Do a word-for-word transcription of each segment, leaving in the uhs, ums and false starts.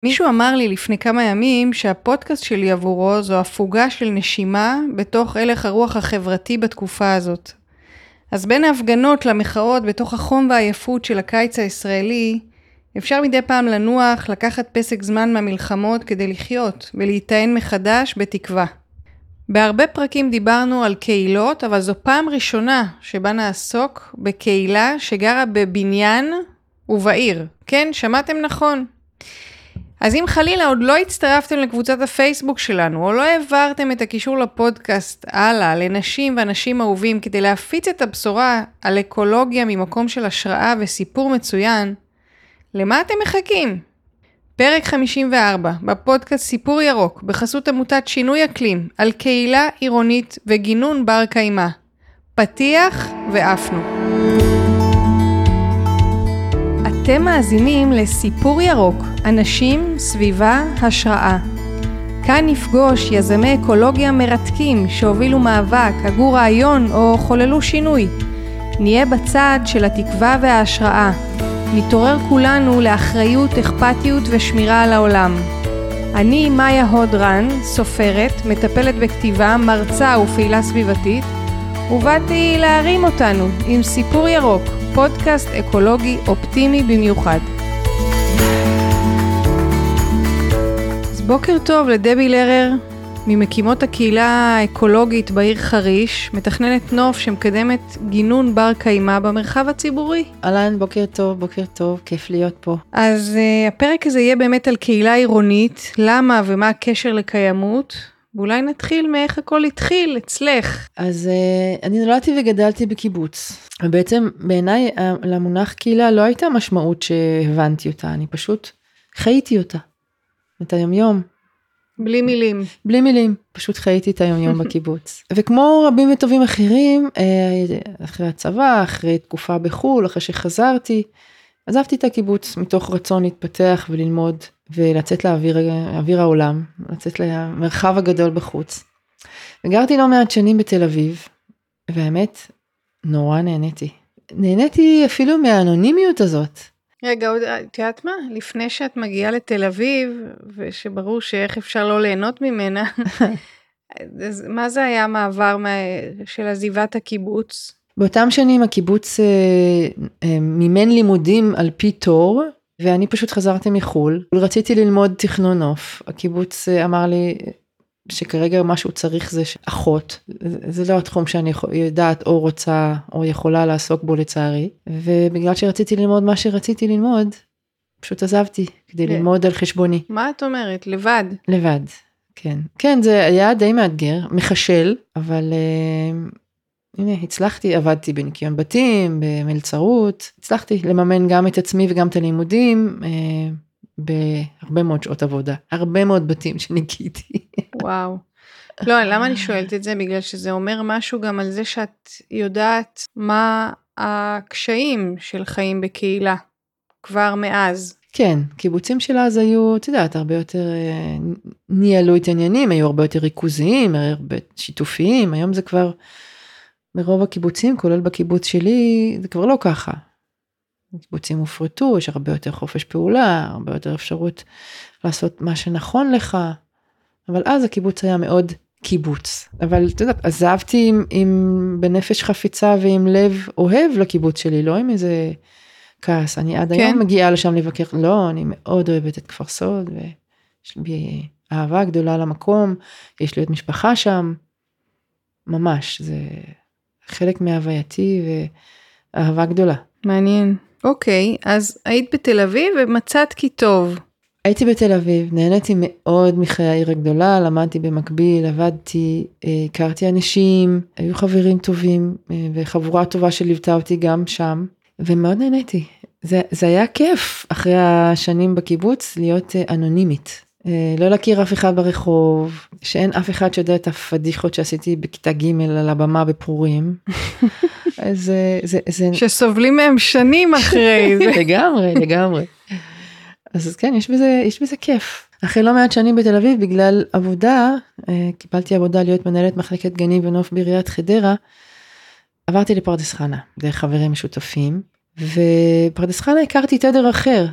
מישהו אמר לי לפני כמה ימים שהפודקאסט שלי עבורו זו הפוגה של נשימה בתוך הלך הרוח החברתי בתקופה הזאת. אז בין ההפגנות למחאות בתוך החום והעייפות של הקיץ הישראלי, אפשר מדי פעם לנוח, לקחת פסק זמן מהמלחמות כדי לחיות ולהיטען מחדש בתקווה. בהרבה פרקים דיברנו על קהילות, אבל זו פעם ראשונה שבה נעסוק בקהילה שגרה בבניין ובעיר. כן, שמעתם נכון. אז אם חלילה עוד לא הצטרפתם לקבוצת הפייסבוק שלנו, או לא העברתם את הקישור לפודקאסט הלאה לנשים ואנשים אהובים כדי להפיץ את הבשורה על אקולוגיה ממקום של השראה וסיפור מצוין, למה אתם מחכים? פרק חמישים וארבע, בפודקאסט סיפור ירוק, בחסות עמותת שינוי אקלים, על קהילה עירונית וגינון בר קיימא. פתיח ואפנו. אתם מאזינים לסיפור ירוק, אנשים, סביבה, השראה. כאן נפגוש יזמי אקולוגיה מרתקים שהובילו מאבק, הגו רעיון או חוללו שינוי. נהיה בצד של התקווה וההשראה. נתעורר כולנו לאחריות, אכפתיות ושמירה על העולם. אני מאיה הודרן, סופרת, מטפלת בכתיבה, מרצה ופעילה סביבתית, ובאתי להרים אותנו עם סיפור ירוק, פודקאסט אקולוגי אופטימי במיוחד. אז בוקר טוב לדבי לרר, ממקימות הקהילה האקולוגית בעיר חריש, מתכננת נוף שמקדמת גינון בר קיימא במרחב הציבורי. אהלן, בוקר טוב, בוקר טוב, כיף להיות פה. אז uh, הפרק הזה יהיה באמת על קהילה עירונית, למה ומה הקשר לקיימות, ואולי נתחיל מאיך הכל התחיל אצלך. אז uh, אני נולדתי וגדלתי בקיבוץ, ובעצם בעיניי למונח קהילה לא הייתה משמעות שהבנתי אותה, אני פשוט חייתי אותה, את היומיום. בלי מילים. בלי מילים, פשוט חייתי את היומיום בקיבוץ. וכמו רבים וטובים אחרים, אחרי הצבא, אחרי תקופה בחול, אחרי שחזרתי, עזבתי את הקיבוץ מתוך רצון להתפתח וללמוד, ולצאת לאוויר, לאוויר העולם, לצאת למרחב הגדול בחוץ. וגרתי לא מעט שנים בתל אביב, והאמת, נורא נהניתי. נהניתי אפילו מהאנונימיות הזאת. רגע, את יודעת מה? לפני שאת מגיעה לתל אביב, ושברור שאיך אפשר לא ליהנות ממנה, מה זה היה המעבר של עזיבת הקיבוץ? באותם שנים הקיבוץ מימן לימודים על פי תור, ואני פשוט חזרתי מחול, רציתי ללמוד תכנון נוף. הקיבוץ אמר לי שכרגע מה שהוא צריך זה אחות, זה לא התחום שאני יודעת או רוצה או יכולה לעסוק בו לצערי, ובגלל שרציתי ללמוד מה שרציתי ללמוד, פשוט עזבתי כדי ללמוד על חשבוני. מה את אומרת? לבד? לבד, כן. כן, זה היה די מאתגר, מחשל, אבל הנה, הצלחתי, עבדתי בניקיון בתים, במלצרות, הצלחתי לממן גם את עצמי וגם את הלימודים, בהרבה מאוד שעות עבודה, הרבה מאוד בתים שניקיתי. וואו. לא, למה אני שואלת את זה? בגלל שזה אומר משהו גם על זה שאת יודעת מה הקשיים של חיים בקהילה, כבר מאז. כן, קיבוצים של אז היו, את יודעת, הרבה יותר ניהלו את העניינים, היו הרבה יותר ריכוזיים, הרבה שיתופיים, היום זה כבר, ברוב הקיבוצים, כולל בקיבוץ שלי, זה כבר לא ככה. קיבוצים הופרטו, יש הרבה יותר חופש פעולה, הרבה יותר אפשרות לעשות מה שנכון לך, אבל אז הקיבוץ היה מאוד קיבוץ. אבל אתה יודע, עזבתי עם, עם בנפש חפיצה ועם לב אוהב לקיבוץ שלי, לא עם איזה כעס. אני עד כן. היום מגיעה לשם לבקר, לא, אני מאוד אוהבת את כפר סוד, ויש לי אהבה גדולה למקום, יש לי את משפחה שם, ממש, זה חלק מהווייתי ואהבה גדולה. מעניין. אוקיי, אז היית בתל אביב ומצאת כי טוב. הייתי בתל אביב, נהניתי מאוד מחיי העיר הגדולה, למדתי במקביל, עבדתי, הכרתי אנשים, היו חברים טובים, וחבורה טובה שליוותה אותי גם שם, ומאוד נהניתי. זה, זה היה כיף אחרי השנים בקיבוץ להיות אנונימית. לא להכיר אף אחד ברחוב, שאין אף אחד שיודע את הפדיחות שעשיתי בכיתה ג' על הבמה בפורים. אז זה, זה... שסובלים מהם שנים אחרי זה. לגמרי, לגמרי. אז כן, יש בזה, יש בזה כיף. אחרי לא מעט שנים בתל אביב, בגלל עבודה, קיבלתי עבודה להיות מנהלת מחלקת גנים ונוף בעיריית חדרה, עברתי לפרדס חנה, דרך חברים משותפים, ופרדס חנה הכרתי תדר אחר,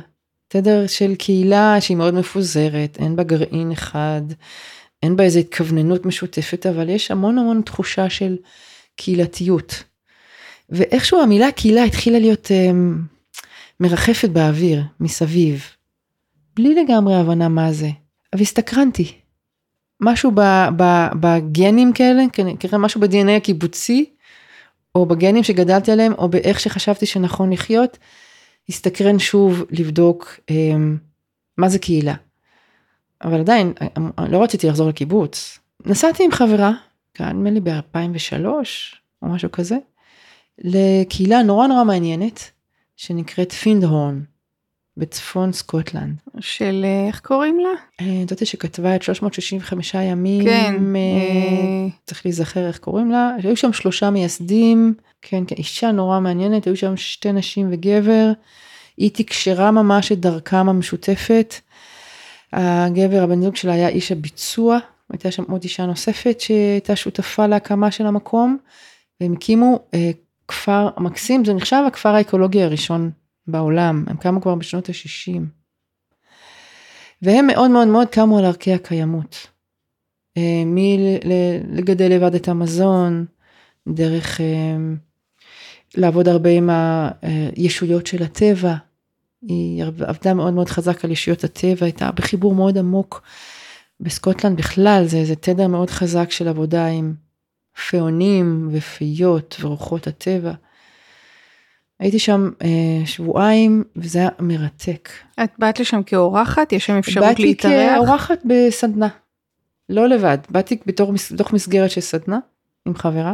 תדר של קהילה שהיא מאוד מפוזרת, אין בה גרעין אחד, אין בה איזו התכווננות משותפת, אבל יש המון המון תחושה של קהילתיות. ואיכשהו המילה קהילה התחילה להיות אה, מרחפת באוויר, מסביב, בלי לגמרי הבנה מה זה. אבל הסתקרנתי. משהו בגנים כאלה, כנראה משהו ב-די אן איי הקיבוצי, או בגנים שגדלתי עליהם, או באיך שחשבתי שנכון לחיות, הסתקרן שוב לבדוק אה, מה זה קהילה. אבל עדיין, לא רציתי לחזור לקיבוץ. נסעתי עם חברה, נדמה לי ב-אלפיים ושלוש, או משהו כזה, לקהילה נורא נורא מעניינת, שנקראת פינדהורן, בצפון סקוטלנד. של, איך קוראים לה? אני יודעת שכתבה את שלוש מאות שישים וחמישה ימים, כן. צריך להיזכר איך קוראים לה, היו שם שלושה מייסדים, כן, כן, אישה נורא מעניינת, היו שם שתי נשים וגבר, היא תקשרה ממש את דרכם המשותפת, הגבר, הבן זוג שלה היה איש הביצוע, הייתה שם עוד אישה נוספת שהייתה שותפה להקמה של המקום, והם הקימו אה, כפר מקסים, זה נחשב הכפר האקולוגי הראשון בעולם, הם קמו כבר בשנות ה-שישים. והם מאוד מאוד מאוד קמו על ערכי הקיימות. אה, מלגדל לבד את המזון, דרך אה, לעבוד הרבה עם הישויות של הטבע, היא עבדה מאוד מאוד חזק על ישויות הטבע, הייתה בחיבור מאוד עמוק בסקוטלנד בכלל, זה, זה תדר מאוד חזק של עבודה עם פאונים ופיות ורוחות הטבע. הייתי שם אה, שבועיים וזה היה מרתק. את באת לשם כאורחת? יש שם אפשרות באתי להתארח? באתי כאורחת בסדנה, לא לבד, באתי בתוך, בתוך מסגרת של סדנה עם חברה,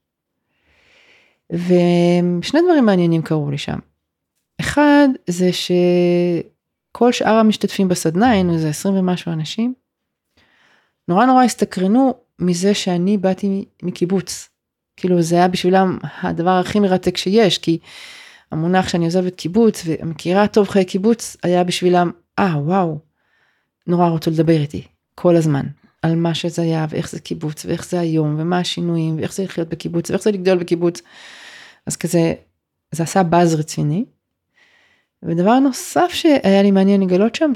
ושני דברים מעניינים קרו לי שם. אחד זה שכל שאר המשתתפים בסדנה, היינו איזה עשרים ומשהו אנשים, נורא נורא הסתקרנו מזה שאני באתי מקיבוץ. כאילו זה היה בשבילם הדבר הכי מרתק שיש, כי המונח שאני עוזבת קיבוץ ומכירה טוב חיי קיבוץ, היה בשבילם, אה וואו, נורא רצו לדבר איתי כל הזמן, על מה שזה היה ואיך זה קיבוץ ואיך זה היום ומה השינויים ואיך זה לחיות בקיבוץ ואיך זה לגדול בקיבוץ. אז כזה, זה עשה באז רציני. ודבר נוסף שהיה לי מעניין לגלות שם,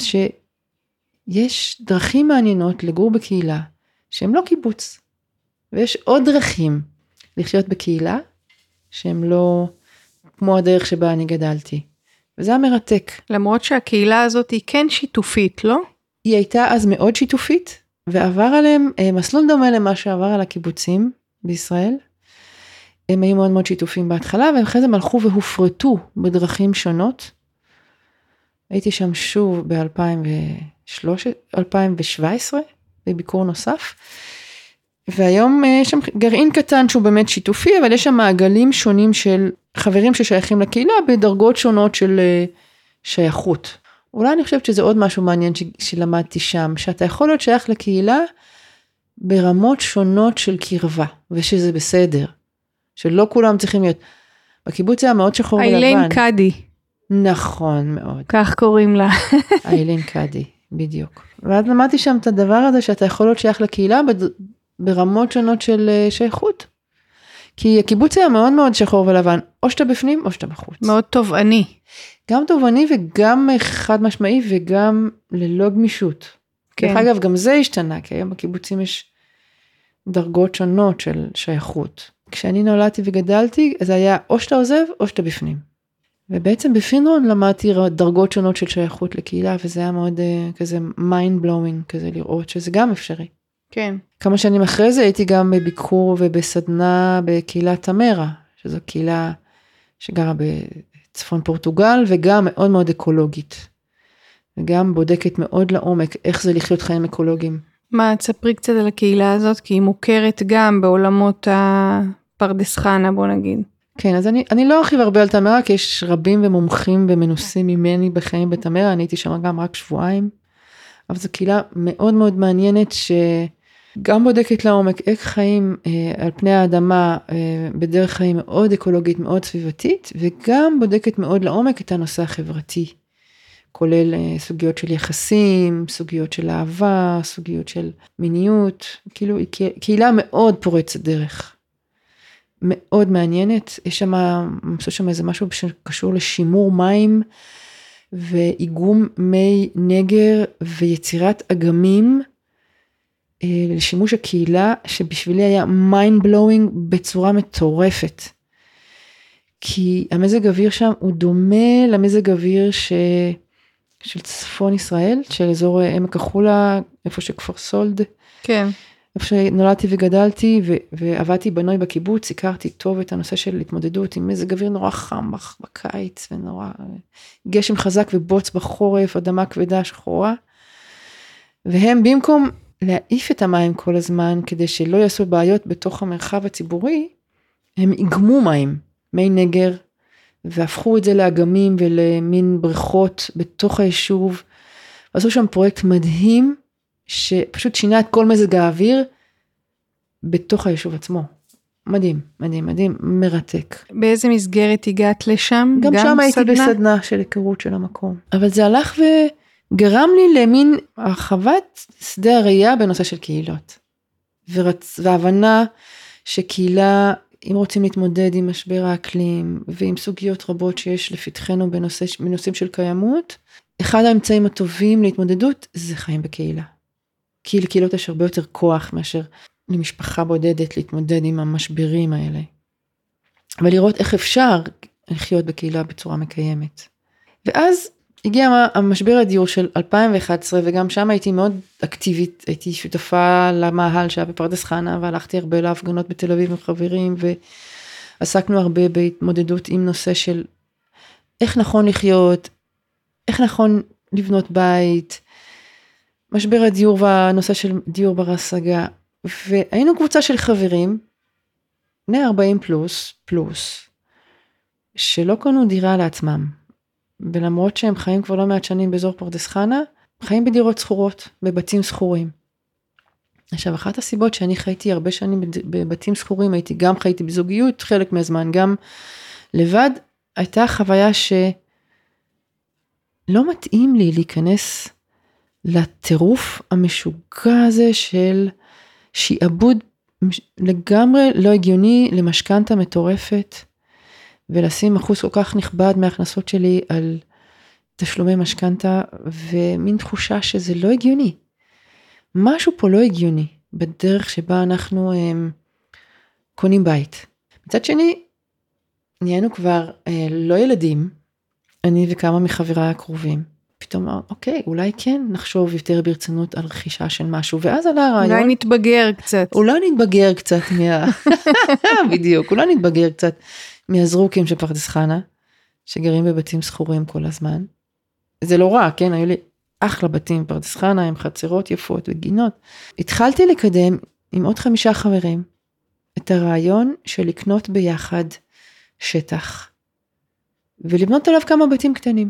שיש דרכים מעניינות לגור בקהילה, שהם לא קיבוץ, ויש עוד דרכים לחיות בקהילה, שהם לא כמו הדרך שבה אני גדלתי, וזה היה מרתק. למרות שהקהילה הזאת היא כן שיתופית, לא? היא הייתה אז מאוד שיתופית, ועבר עליהם מסלול דומה למה שעבר על הקיבוצים בישראל, הם היו מאוד מאוד שיתופים בהתחלה, ואחרי זה הלכו והופרטו בדרכים שונות, הייתי שם שוב ב-אלפיים ושבע עשרה, בביקור נוסף, והיום יש שם גרעין קטן שהוא באמת שיתופי, אבל יש שם מעגלים שונים של חברים ששייכים לקהילה, בדרגות שונות של שייכות. אולי אני חושבת שזה עוד משהו מעניין שלמדתי שם, שאתה יכול להיות שייך לקהילה, ברמות שונות של קרבה, ושזה בסדר, שלא כולם צריכים להיות. בקיבוץ היה מאוד שחור ולבן. איילין קאדי. נכון מאוד. כך קוראים לה. איילין קאדי, בדיוק. ואז למדתי שם את הדבר הזה, שאתה יכול להיות שייך לקהילה, ברמות שונות של שייכות. כי הקיבוץ היה מאוד מאוד שחור ולבן, או שאתה בפנים או שאתה בחוץ. מאוד תובעני. גם תובעני וגם חד משמעי וגם ללא גמישות. כן. דרך אגב, גם זה השתנה, כי היום בקיבוצים יש דרגות שונות של שייכות. כשאני נולדתי וגדלתי, זה היה או שאתה עוזב או שאתה בפנים. ובעצם בפינדהורן למדתי דרגות שונות של שייכות לקהילה, וזה היה מאוד uh, כזה mind blowing, כזה לראות שזה גם אפשרי. כן. כמה שנים אחרי זה הייתי גם בביקור ובסדנה בקהילת תמרה, שזו קהילה שגרה בצפון פורטוגל, וגם מאוד מאוד אקולוגית. וגם בודקת מאוד לעומק איך זה לחיות חיים אקולוגיים. מה, תספרי קצת על הקהילה הזאת, כי היא מוכרת גם בעולמות הפרדס חנה, בוא נגיד. כן, אז אני, אני לא ארחיב הרבה על תמרה, כי יש רבים ומומחים ומנוסים ממני בחיים בתמרה, אני הייתי שם גם רק שבועיים, אבל זו קהילה מאוד מאוד מעניינת, שגם בודקת לעומק איך חיים אה, על פני האדמה, אה, בדרך חיים מאוד אקולוגית, מאוד סביבתית, וגם בודקת מאוד לעומק את הנושא החברתי, כולל אה, סוגיות של יחסים, סוגיות של אהבה, סוגיות של מיניות, כאילו היא קהילה מאוד פורצת דרך. מאוד מעניינת, יש שם, יש שם איזה משהו שקשור לשימור מים, ואיגום מי נגר ויצירת אגמים לשימוש הקהילה, שבשבילי היה mind blowing בצורה מטורפת. כי המזג אוויר שם הוא דומה למזג אוויר ש... של צפון ישראל, של אזור עמק החולה, איפה שכפר סולד. כן. איפה שנולדתי וגדלתי, ו... ועבדתי בנוי בקיבוץ, הכרתי טוב את הנושא של התמודדות עם מזג אוויר נורא חם בקיץ, ונורא גשם חזק ובוץ בחורף, אדמה כבדה שחורה. והם במקום להעיף את המים כל הזמן, כדי שלא יעשו בעיות בתוך המרחב הציבורי, הם איגמו מים, מי נגר, והפכו את זה לאגמים ולמין בריכות בתוך היישוב, ועשו שם פרויקט מדהים, שפשוט שינה את כל מזג האוויר, בתוך היישוב עצמו. מדהים, מדהים, מדהים, מרתק. באיזה מסגרת הגעת לשם? גם, גם שם הייתי סדנה? בסדנה של היכרות של המקום. אבל זה הלך וגרם לי למין הרחבת שדה הראייה בנושא של קהילות. ורצ... והבנה שקהילה, אם רוצים להתמודד עם משבר האקלים, ועם סוגיות רבות שיש לפתחנו בנושא, בנושאים של קיימות, אחד האמצעים הטובים להתמודדות זה חיים בקהילה. כי לקהילות יש הרבה יותר כוח מאשר למשפחה בודדת להתמודד עם המשברים האלה. ולראות איך אפשר לחיות בקהילה בצורה מקיימת. ואז הגיע המשבר הדיור של אלפיים ואחת עשרה, וגם שם הייתי מאוד אקטיבית, הייתי שותפה למאהל שהיה בפרדס חנה, והלכתי הרבה להפגנות בתל אביב עם חברים, ועסקנו הרבה בהתמודדות עם נושא של איך נכון לחיות, איך נכון לבנות בית, משבר הדיור והנושא של דיור בר השגה, והיינו קבוצה של חברים, בני ארבעים פלוס, פלוס, שלא קנו דירה לעצמם, ולמרות שהם חיים כבר לא מעט שנים באזור פרדס חנה, חיים בדירות סחורות, בבתים סחורים. עכשיו, אחת הסיבות שאני חייתי הרבה שנים בבתים סחורים, הייתי גם חייתי בזוגיות, חלק מהזמן גם לבד, הייתה חוויה שלא מתאים לי להיכנס לטירוף המשוגע הזה של שיעבוד לגמרי לא הגיוני למשכנתה מטורפת, ולשים אחוז כל כך נכבד מההכנסות שלי על תשלומי משכנתה, ומין תחושה שזה לא הגיוני. משהו פה לא הגיוני, בדרך שבה אנחנו הם, קונים בית. מצד שני, נהיינו כבר אה, לא ילדים, אני וכמה מחבריי הקרובים, פתאום אמר, אוקיי, אולי כן נחשוב יותר ברצינות על רכישה של משהו, ואז עלה הרעיון. אולי נתבגר קצת. אולי נתבגר קצת מה... בדיוק, אולי נתבגר קצת מהזרוקים של פרדס חנה, שגרים בבתים סחורים כל הזמן. זה לא רע, כן? היו לי אחלה בתים בפרדס חנה, עם חצרות יפות וגינות. התחלתי לקדם עם עוד חמישה חברים, את הרעיון של לקנות ביחד שטח, ולבנות עליו כמה בתים קטנים.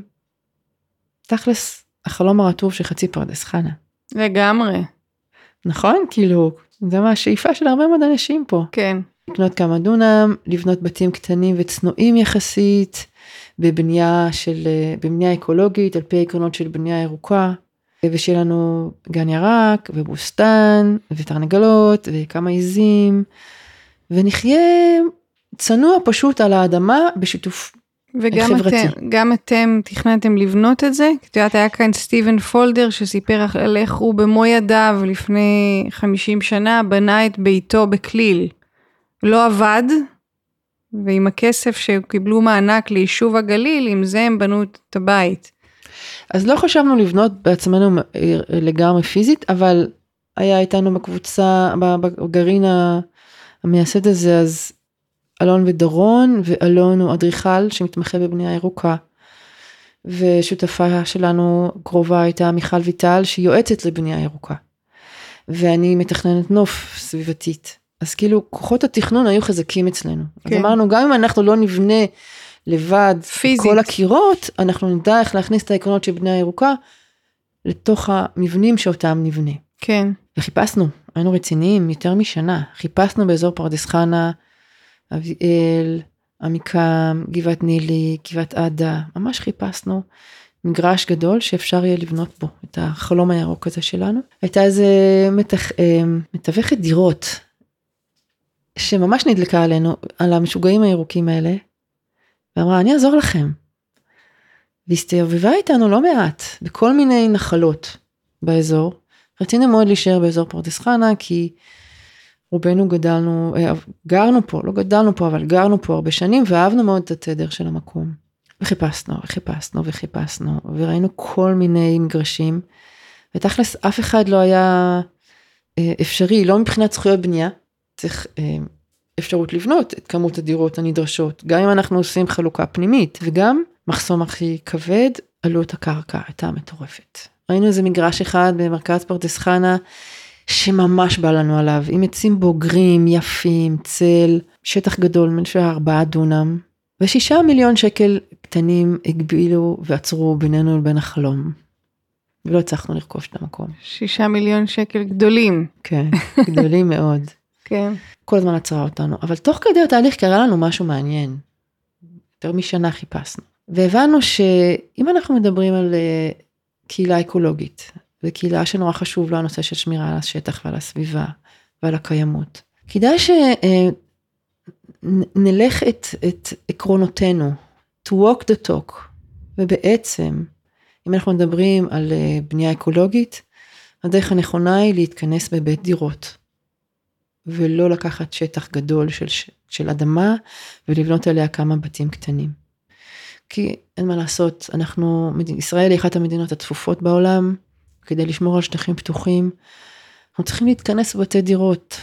תכלס, החלום הרטוב של חצי פרדס חנה. לגמרי. נכון? כאילו, זה מה השאיפה של הרבה מאוד אנשים פה. כן. לקנות כמה דונם, לבנות בתים קטנים וצנועים יחסית, בבנייה של, בבנייה אקולוגית, על פי העקרונות של בנייה ירוקה, ושיהיה לנו גן ירק, ובוסטן, ותרנגלות, וכמה עיזים, ונחיה צנוע פשוט על האדמה, בשיתוף וגם חברתי. אתם, גם אתם תכננתם לבנות את זה, כי את יודעת, היה כאן סטיבן פולדר, שסיפר על איך הוא במו ידיו, לפני חמישים שנה, בנה את ביתו בכליל. לא עבד, ועם הכסף שקיבלו מענק ליישוב הגליל, עם זה הם בנו את הבית. אז לא חשבנו לבנות בעצמנו לגמרי פיזית, אבל היה איתנו בקבוצה, בגרעין המייסד הזה, אז אלון ודורון, ואלון הוא אדריכל שמתמחה בבנייה ירוקה, ושותפה שלנו קרובה הייתה מיכל ויטל, שהיא יועצת לבנייה ירוקה, ואני מתכננת נוף סביבתית. אז כאילו, כוחות התכנון היו חזקים אצלנו. כן. אז אמרנו, גם אם אנחנו לא נבנה לבד פיזית. כל הקירות, אנחנו נדע איך להכניס את העקרונות של בנייה ירוקה, לתוך המבנים שאותם נבנה. כן. וחיפשנו, היינו רציניים יותר משנה, חיפשנו באזור פרדס חנה, אביאל, עמיקם, גבעת נילי, גבעת עדה, ממש חיפשנו מגרש גדול שאפשר יהיה לבנות בו, את החלום הירוק הזה שלנו. הייתה איזה מתח, מתווכת דירות, שממש נדלקה עלינו, על המשוגעים הירוקים האלה, ואמרה, אני אעזור לכם. והסתובבה איתנו לא מעט, בכל מיני נחלות באזור. רצינו מאוד להישאר באזור פרדס חנה, כי רובנו גדלנו, גרנו פה, לא גדלנו פה, אבל גרנו פה הרבה שנים, ואהבנו מאוד את התדר של המקום. וחיפשנו, וחיפשנו, וחיפשנו, וראינו כל מיני מגרשים, ותכלס אף אחד לא היה אפשרי, לא מבחינת זכויות בנייה, צריך אפשרות לבנות את כמות הדירות הנדרשות, גם אם אנחנו עושים חלוקה פנימית, וגם מחסום הכי כבד, עלות הקרקע הייתה מטורפת. ראינו איזה מגרש אחד במרכז פרדס חנה, שממש בא לנו עליו, עם עצים בוגרים, יפים, צל, שטח גדול, מנשוע ארבעה דונם, ושישה מיליון שקל קטנים הגבילו ועצרו בינינו לבין החלום. ולא הצלחנו לרכוש את המקום. שישה מיליון שקל גדולים. כן, גדולים מאוד. כן. כל הזמן עצרה אותנו, אבל תוך כדי התהליך קרה לנו משהו מעניין. יותר משנה חיפשנו. והבנו שאם אנחנו מדברים על קהילה אקולוגית, וקהילה שנורא חשוב לו הנושא של שמירה על השטח ועל הסביבה ועל הקיימות, כדאי שנלך את, את עקרונותינו, to walk the talk, ובעצם, אם אנחנו מדברים על בנייה אקולוגית, הדרך הנכונה היא להתכנס בבית דירות, ולא לקחת שטח גדול של, של אדמה, ולבנות עליה כמה בתים קטנים. כי אין מה לעשות, אנחנו, ישראל היא אחת המדינות הצפופות בעולם, כדי לשמור על שטחים פתוחים, אנחנו צריכים להתכנס בבתי דירות,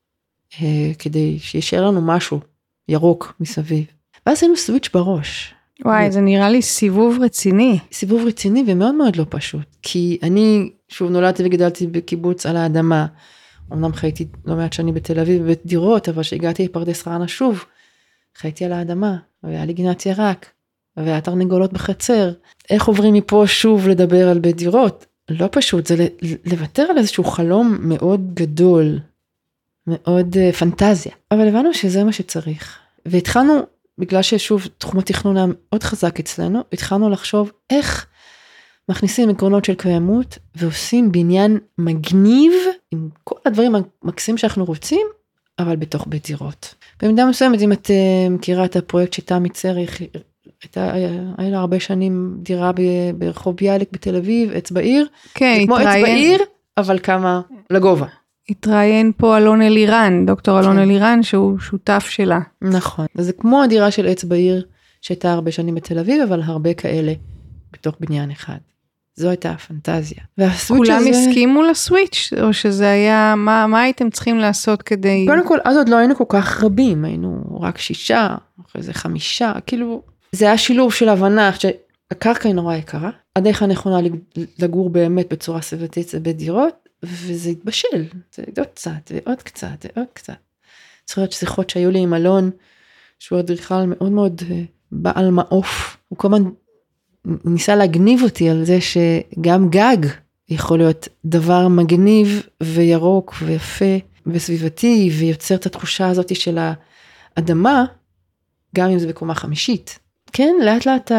כדי שישאר לנו משהו ירוק מסביב. ואז עשינו סוויץ' בראש. וואי, ו... זה נראה לי סיבוב רציני. סיבוב רציני ומאוד מאוד לא פשוט. כי אני, שוב, נולדתי וגדלתי בקיבוץ על האדמה, אמנם חייתי לא מעט שנים בתל אביב בבית דירות, אבל שהגעתי לפרדס חנה שוב, חייתי על האדמה, והיה לי גינת ירק, והיה תרנגולות בחצר. איך עוברים מפה שוב לדבר על בית דירות? לא פשוט, זה לוותר על איזשהו חלום מאוד גדול, מאוד uh, פנטזיה. אבל הבנו שזה מה שצריך. והתחלנו, בגלל ששוב תחום התכנון היה מאוד חזק אצלנו, התחלנו לחשוב איך מכניסים עקרונות של קיימות, ועושים בניין מגניב, עם כל הדברים המקסים שאנחנו רוצים, אבל בתוך בית דירות. במידה מסוימת, אם את uh, מכירה את הפרויקט שתמי צריך, הייתה, היה לה הרבה שנים דירה ברחוב ביאליק בתל אביב, עץ בעיר, כן, כמו עץ בעיר, אבל כמה לגובה. התראיין פה אלון אלירן, דוקטור אלון אלירן, שהוא שותף שלה. נכון, אז זה כמו הדירה של עץ בעיר, שהייתה הרבה שנים בתל אביב, אבל הרבה כאלה בתוך בניין אחד. זו הייתה הפנטזיה. כולם הסכימו לסוויץ', או שזה היה, מה, מה הייתם צריכים לעשות כדי... קודם כל, אז עוד לא היינו כל כך רבים, היינו רק שישה, אחרי זה חמישה, כאילו... זה היה שילוב של הבנה שהקרקע היא נורא יקרה, הדרך הנכונה לגור באמת בצורה סביבתית זה בדירות, וזה התבשל, זה עוד קצת ועוד קצת ועוד קצת. זוכרת שיחות שהיו לי עם אלון, שהוא אדריכל מאוד מאוד בעל מעוף, הוא כל הזמן ניסה להגניב אותי על זה שגם גג יכול להיות דבר מגניב וירוק ויפה וסביבתי, ויוצר את התחושה הזאת של האדמה, גם אם זה בקומה חמישית. כן, לאט לאט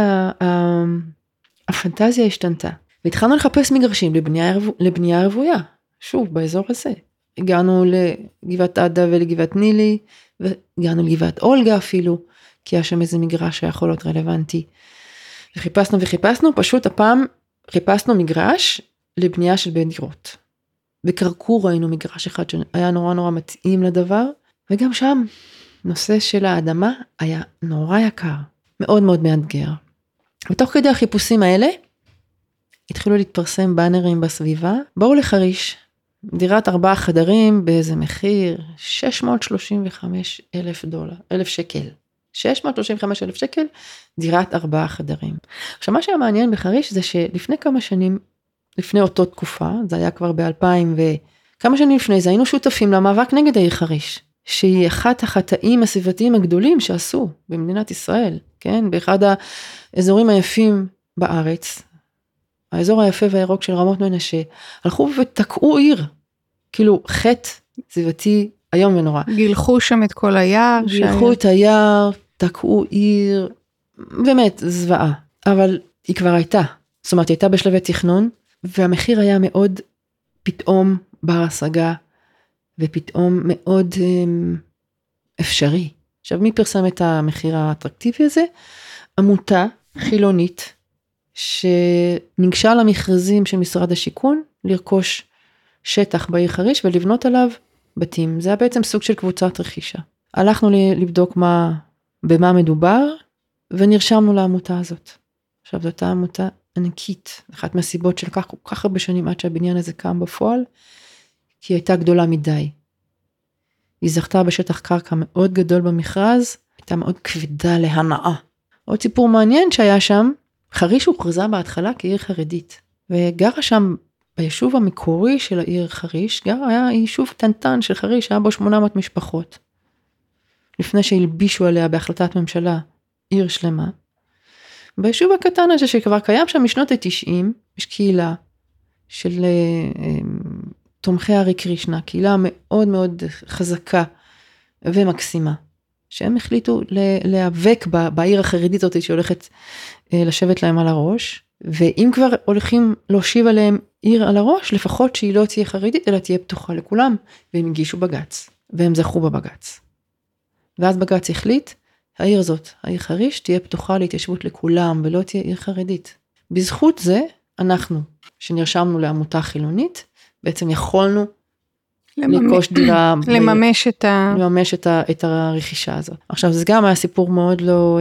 הפנטזיה השתנתה. והתחלנו לחפש מגרשים לבנייה, לבנייה רבויה, שוב, באזור הזה. הגענו לגבעת עדה ולגבעת נילי, והגענו לגבעת אולגה אפילו, כי היה שם איזה מגרש שיכול להיות רלוונטי. וחיפשנו וחיפשנו, פשוט הפעם חיפשנו מגרש לבנייה של בית דירות. בקרקור ראינו מגרש אחד שהיה נורא נורא מתאים לדבר, וגם שם נושא של האדמה היה נורא יקר. מאוד מאוד מאתגר. ותוך כדי החיפושים האלה, התחילו להתפרסם באנרים בסביבה, בואו לחריש, דירת ארבעה חדרים באיזה מחיר, שש מאות שלושים וחמישה אלף דולר, אלף שקל. שש מאות שלושים וחמישה אלף שקל, דירת ארבעה חדרים. עכשיו מה שהיה מעניין בחריש, זה שלפני כמה שנים, לפני אותו תקופה, זה היה כבר ב-אלפיים וכמה שנים לפני זה, היינו שותפים למאבק נגד העיר חריש. שהיא אחת החטאים הסביבתיים הגדולים שעשו במדינת ישראל, כן? באחד האזורים היפים בארץ, האזור היפה והירוק של רמות מנשה, הלכו ותקעו עיר, כאילו חטא סביבתי היום ונורא. גילחו שם את כל היער. גילחו שהיה... את היער, תקעו עיר, באמת זוועה, אבל היא כבר הייתה, זאת אומרת היא הייתה בשלבי תכנון, והמחיר היה מאוד פתאום בר השגה, ופתאום מאוד אפשרי. עכשיו, מי פרסם את המחיר האטרקטיבי הזה? עמותה חילונית שניגשה למכרזים של משרד השיכון, לרכוש שטח בעיר חריש ולבנות עליו בתים. זה היה בעצם סוג של קבוצת רכישה. הלכנו לבדוק מה, במה מדובר, ונרשמנו לעמותה הזאת. עכשיו, זאת הייתה עמותה ענקית, אחת מהסיבות שלקח כל כך הרבה שנים עד שהבניין הזה קם בפועל, כי היא הייתה גדולה מדי. היא זכתה בשטח קרקע מאוד גדול במכרז, הייתה מאוד כבדה להנאה. עוד סיפור מעניין שהיה שם, חריש הוכרזה בהתחלה כעיר חרדית, וגרה שם ביישוב המקורי של העיר חריש, גר היה יישוב קטנטן של חריש, היה בו שמונה מאות משפחות. לפני שהלבישו עליה בהחלטת ממשלה עיר שלמה. ביישוב הקטן הזה שכבר קיים שם משנות ה-תשעים, יש קהילה של תומכי הרי קרישנה, קהילה מאוד מאוד חזקה ומקסימה, שהם החליטו להיאבק בעיר החרדית הזאת שהולכת לשבת להם על הראש, ואם כבר הולכים להושיב עליהם עיר על הראש, לפחות שהיא לא תהיה חרדית, אלא תהיה פתוחה לכולם, והם הגישו בגץ, והם זכו בבגץ. ואז בגץ החליט, העיר הזאת, העיר חריש, תהיה פתוחה להתיישבות לכולם, ולא תהיה עיר חרדית. בזכות זה, אנחנו, שנרשמנו לעמותה חילונית, בעצם יכולנו לרכוש דירה, לממש את ה... לממש את, ה, את הרכישה הזאת. עכשיו, זה גם היה סיפור מאוד לא,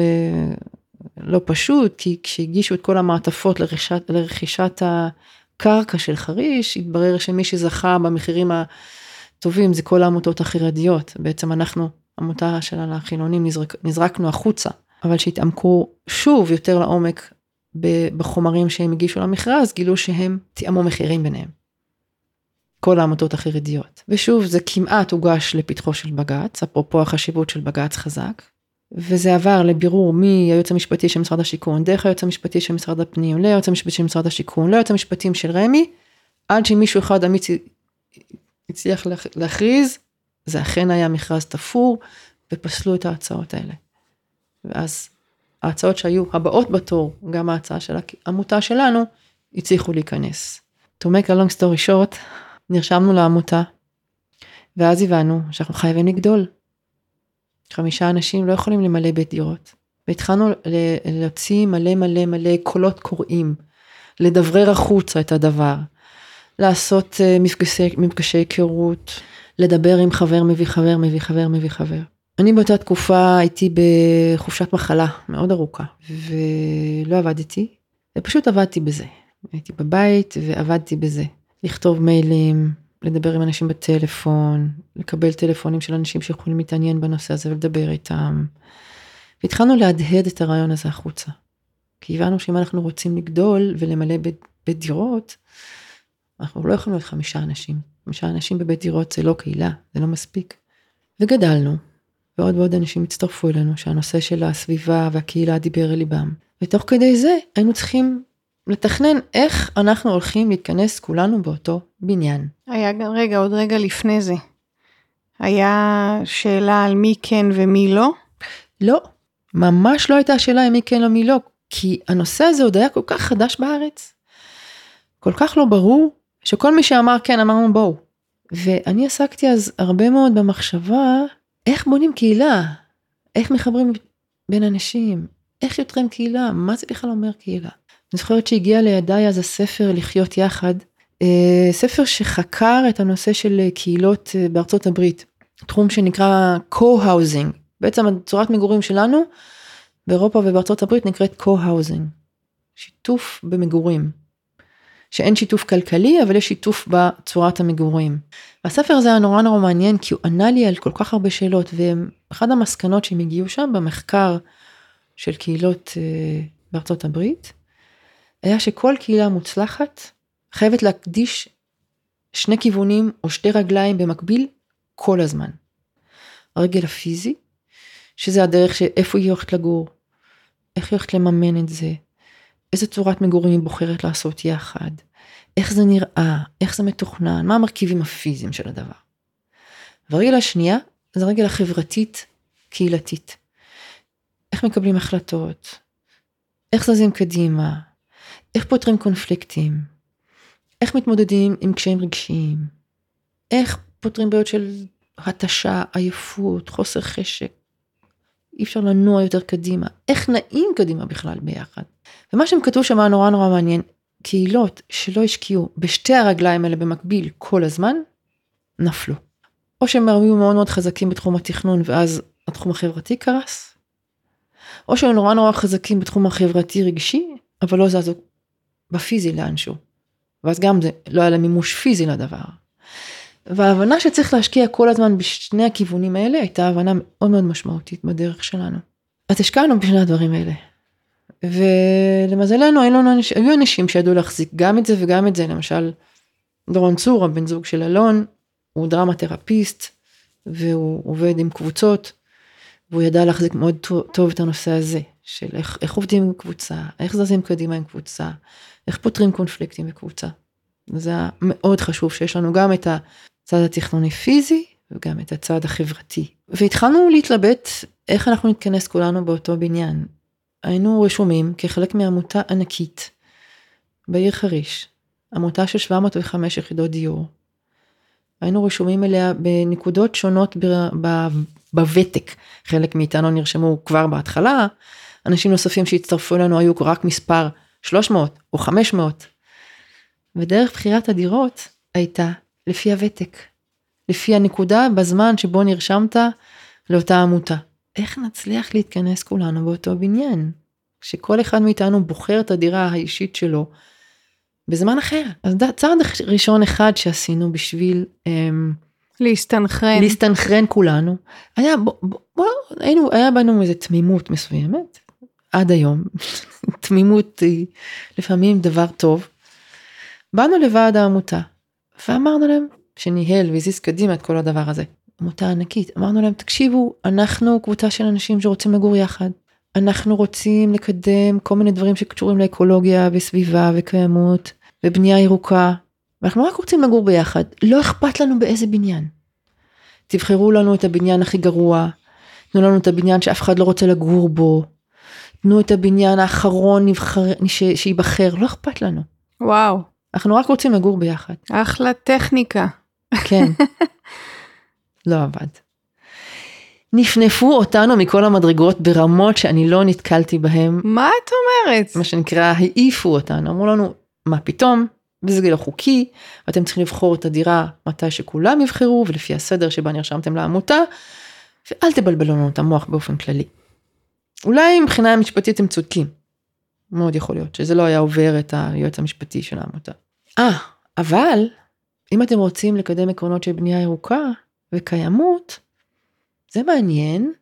לא פשוט, כי כשהגישו את כל המעטפות לרכישת, לרכישת הקרקע של חריש, התברר שמי שזכה במחירים הטובים, זה כל העמותות החרדיות. בעצם אנחנו, עמותה של החילונים, נזרק, נזרקנו החוצה, אבל שהתעמקו שוב יותר לעומק בחומרים שהם הגישו למכרז, גילו שהם תיאמו מחירים ביניהם. כל העמותות החרדיות. ושוב, זה כמעט הוגש לפתחו של בגץ, אפרופו החשיבות של בגץ חזק, וזה עבר לבירור מהיועץ המשפטי של משרד השיכון, דרך היועץ המשפטי של משרד הפנים, ליועץ המשפטי של משרד השיכון, ליועץ המשפטים של רמי, עד שמישהו אחד אמיץ הצליח להכריז, זה אכן היה מכרז תפור, ופסלו את ההצעות האלה. ואז ההצעות שהיו הבאות בתור, גם ההצעה של העמותה שלנו, הצליחו להיכנס. To make a long story short, נרשמנו לעמותה, ואז הבנו שאנחנו חייבים לגדול. חמישה אנשים לא יכולים למלא בית דירות. והתחלנו להוציא מלא מלא מלא קולות קוראים, לדברר החוצה את הדבר, לעשות מפגשי, מפגשי היכרות, לדבר עם חבר מביא חבר, מביא חבר, מביא חבר. אני באותה תקופה הייתי בחופשת מחלה מאוד ארוכה, ולא עבדתי, ופשוט עבדתי בזה. הייתי בבית ועבדתי בזה. לכתוב מיילים, לדבר עם אנשים בטלפון, לקבל טלפונים של אנשים שיכולים להתעניין בנושא הזה ולדבר איתם. והתחלנו להדהד את הרעיון הזה החוצה. כי הבנו שאם אנחנו רוצים לגדול ולמלא בית דירות, אנחנו לא יכולים להיות חמישה אנשים. חמישה אנשים בבית דירות זה לא קהילה, זה לא מספיק. וגדלנו, ועוד ועוד אנשים הצטרפו אלינו, שהנושא של הסביבה והקהילה דיבר אל ליבם. ותוך כדי זה היינו צריכים לתכנן איך אנחנו הולכים להתכנס כולנו באותו בניין. היה גם רגע, עוד רגע לפני זה. היה שאלה על מי כן ומי לא? לא, ממש לא הייתה שאלה על מי כן ומי לא, כי הנושא הזה עוד היה כל כך חדש בארץ. כל כך לא ברור, שכל מי שאמר כן, אמרנו בואו. ואני עסקתי אז הרבה מאוד במחשבה, איך בונים קהילה? איך מחברים בין אנשים? איך יוצרים קהילה? מה זה בכלל אומר קהילה? אני זוכרת שהגיע לידיי אז הספר לחיות יחד, ספר שחקר את הנושא של קהילות בארצות הברית, תחום שנקרא co-housing, בעצם צורת מגורים שלנו, באירופה ובארצות הברית נקראת co-housing, שיתוף במגורים, שאין שיתוף כלכלי, אבל יש שיתוף בצורת המגורים. והספר הזה היה נורא נורא מעניין, כי הוא ענה לי על כל כך הרבה שאלות, ואחד המסקנות שהם הגיעו שם, במחקר של קהילות בארצות הברית, היה שכל קהילה מוצלחת חייבת להקדיש שני כיוונים או שתי רגליים במקביל כל הזמן. הרגל הפיזי, שזה הדרך שאיפה היא הולכת לגור, איך היא הולכת לממן את זה, איזה צורת מגורים היא בוחרת לעשות יחד, איך זה נראה, איך זה מתוכנן, מה המרכיבים הפיזיים של הדבר. והרגל השנייה, זה הרגל החברתית קהילתית. איך מקבלים החלטות, איך זזים קדימה, איך פותרים קונפליקטים, איך מתמודדים עם קשיים רגשיים, איך פותרים בעיות של התשה, עייפות, חוסר חשק, אי אפשר לנוע יותר קדימה, איך נעים קדימה בכלל ביחד. ומה שהם כתבו שם נורא נורא מעניין, קהילות שלא השקיעו בשתי הרגליים האלה במקביל כל הזמן, נפלו. או שהם היו מאוד מאוד חזקים בתחום התכנון, ואז התחום החברתי קרס, או שהם נורא נורא חזקים בתחום החברתי רגשי, אבל לא זזו בפיזי לאנשהו. ואז גם זה לא היה להם מימוש פיזי לדבר. וההבנה שצריך להשקיע כל הזמן בשני הכיוונים האלה, הייתה הבנה מאוד מאוד משמעותית בדרך שלנו. אז השקענו בשני הדברים האלה. ולמזלנו, היו אנשים שידעו להחזיק גם את זה וגם את זה, למשל, דורון צור, הבן זוג של אלון, הוא דרמה-תרפיסט, והוא עובד עם קבוצות, והוא ידע להחזיק מאוד טוב את הנושא הזה, של איך, איך עובדים עם קבוצה, איך זזים קדימה עם קבוצה, איך פותרים קונפליקטים בקבוצה. זה היה מאוד חשוב שיש לנו גם את הצד התכנוני פיזי, וגם את הצד החברתי. והתחלנו להתלבט איך אנחנו נתכנס כולנו באותו בניין. היינו רשומים כחלק מעמותה ענקית, בעיר חריש, עמותה של שבע מאות וחמש יחידות דיור. היינו רשומים אליה בנקודות שונות בוותק. חלק מאיתנו נרשמו כבר בהתחלה, אנשים נוספים שהצטרפו אלינו היו רק מספר שלוש מאות או חמש מאות. ודרך בחירת הדירות הייתה לפי הוותק, לפי הנקודה בזמן שבו נרשמת לאותה עמותה. איך נצליח להתכנס כולנו באותו בניין? שכל אחד מאיתנו בוחר את הדירה האישית שלו בזמן אחר. אז צעד ראשון אחד שעשינו בשביל אמ, להסתנכרן. להסתנכרן כולנו. היה, בוא, בוא, בוא, היינו, היה בנו איזו תמימות מסוימת, עד היום. תמימות היא לפעמים דבר טוב. באנו לוועד העמותה, ואמרנו להם, שניהל והזיז קדימה את כל הדבר הזה, עמותה ענקית, אמרנו להם, תקשיבו, אנחנו קבוצה של אנשים שרוצים לגור יחד, אנחנו רוצים לקדם כל מיני דברים שקשורים לאקולוגיה וסביבה וקיימות ובנייה ירוקה, ואנחנו רק רוצים לגור ביחד, לא אכפת לנו באיזה בניין. תבחרו לנו את הבניין הכי גרוע, תנו לנו את הבניין שאף אחד לא רוצה לגור בו, תנו את הבניין האחרון נבחר, ש, שיבחר, לא אכפת לנו. וואו. אנחנו רק רוצים לגור ביחד. אחלה טכניקה. כן. לא עבד. נפנפו אותנו מכל המדרגות ברמות שאני לא נתקלתי בהם. מה את אומרת? מה שנקרא, העיפו אותנו. אמרו לנו, מה פתאום? וזה לא חוקי, ואתם צריכים לבחור את הדירה מתי שכולם יבחרו, ולפי הסדר שבה נרשמתם לעמותה, ואל תבלבלו לנו את המוח באופן כללי. אולי מבחינה המשפטית הם צודקים. מאוד יכול להיות שזה לא היה עובר את היועץ המשפטי של העמותה. אה, אבל אם אתם רוצים לקדם עקרונות של בנייה ירוקה וקיימות, זה מעניין,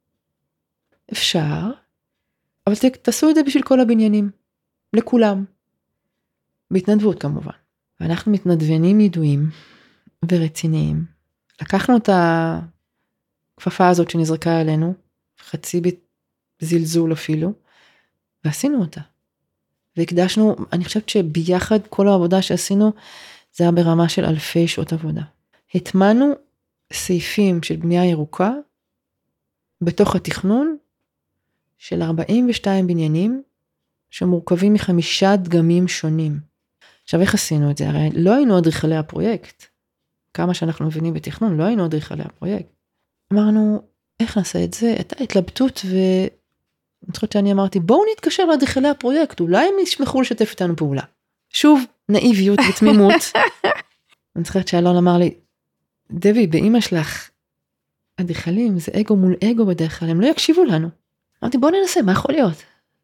אפשר, אבל תעשו את זה בשביל כל הבניינים, לכולם, בהתנדבות כמובן. ואנחנו מתנדבנים ידועים ורציניים. לקחנו את הכפפה הזאת שנזרקה עלינו, חצי בזלזול אפילו, ועשינו אותה. והקדשנו, אני חושבת שביחד כל העבודה שעשינו, זה היה ברמה של אלפי שעות עבודה. התמנו סעיפים של בנייה ירוקה, בתוך התכנון של ארבעים ושתיים בניינים, שמורכבים מחמישה דגמים שונים. עכשיו איך עשינו את זה? הרי לא היינו אדריכלי הפרויקט. כמה שאנחנו מבינים בתכנון, לא היינו אדריכלי הפרויקט. אמרנו, איך נעשה את זה? הייתה התלבטות ו... אני חושבת שאני אמרתי, בואו נתקשר לאדריכלי הפרויקט, אולי הם ישמחו לשתף איתנו פעולה. שוב, נאיביות ותמימות. אני חושבת שאלון אמר לי, דבי, באמא שלך, אדריכלים, זה אגו מול אגו בדרך כלל, הם לא יקשיבו לנו. אמרתי, בואו ננסה, מה יכול להיות?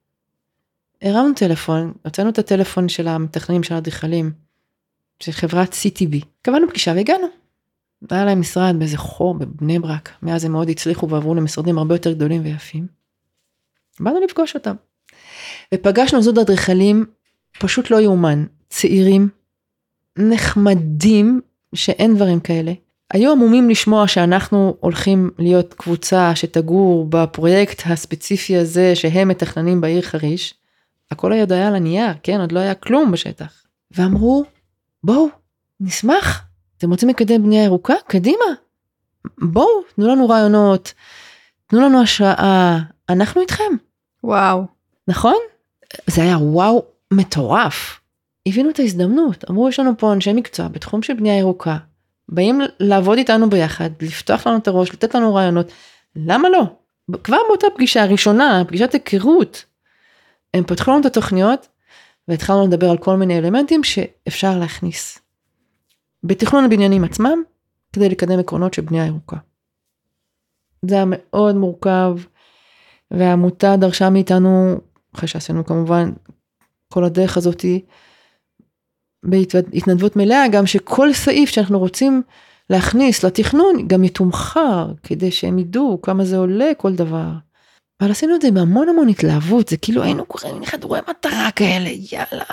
הרמנו טלפון, הוצאנו את הטלפון של המתכננים של האדריכלים, של חברת סי טי בי. קבענו פגישה והגענו. היה להם משרד באיזה חור בבני ברק, מאז הם מאוד הצליחו ועברו למשרדים הרבה יותר גדולים ויפים. באנו לפגוש אותם. ופגשנו זוד אדריכלים, פשוט לא יאומן, צעירים, נחמדים, שאין דברים כאלה. היו עמומים לשמוע שאנחנו הולכים להיות קבוצה שתגור בפרויקט הספציפי הזה, שהם מתכננים בעיר חריש. הכל היה עוד היה על הנייר, כן? עוד לא היה כלום בשטח. ואמרו, בואו, נשמח. אתם רוצים לקדם בנייה ירוקה? קדימה. בואו, תנו לנו רעיונות, תנו לנו השראה, אנחנו איתכם. וואו. נכון? זה היה וואו מטורף. הבינו את ההזדמנות. אמרו, יש לנו פה אנשי מקצוע בתחום של בנייה ירוקה. באים לעבוד איתנו ביחד, לפתוח לנו את הראש, לתת לנו רעיונות. למה לא? כבר באותה פגישה הראשונה, פגישת היכרות, הם פתחו לנו את התוכניות, והתחלנו לדבר על כל מיני אלמנטים שאפשר להכניס. בתכנון הבניינים עצמם, כדי לקדם עקרונות של בנייה ירוקה. זה היה מאוד מורכב, והעמותה דרשה מאיתנו, אחרי שעשינו כמובן כל הדרך הזאת, בהתנדבות מלאה, גם שכל סעיף שאנחנו רוצים להכניס לתכנון, גם יתומחר, כדי שהם ידעו כמה זה עולה כל דבר. אבל עשינו את זה בהמון המון התלהבות, זה כאילו היינו קוראים לכדורי מטרה כאלה, יאללה,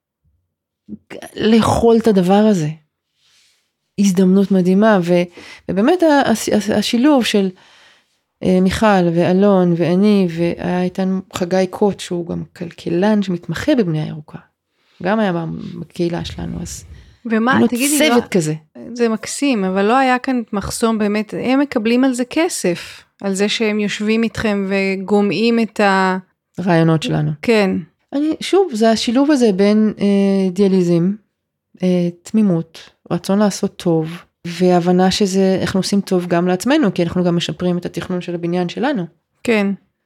לאכול את הדבר הזה. הזדמנות מדהימה, ו, ובאמת השילוב של מיכל ואלון ואני, והיה איתנו חגי קוט, שהוא גם כלכלן שמתמחה בבנייה ירוקה, גם היה בקהילה שלנו, אז ומה, תגידי, צוות לא, כזה. זה מקסים, אבל לא היה כאן מחסום באמת, הם מקבלים על זה כסף, על זה שהם יושבים איתכם וגומעים את ה... רעיונות שלנו. כן. אני, שוב, זה השילוב הזה בין אה, דיאליזם, אה, תמימות, רצון לעשות טוב, והבנה שזה, אנחנו עושים טוב גם לעצמנו, כי אנחנו גם משפרים את התכנון של הבניין שלנו. כן.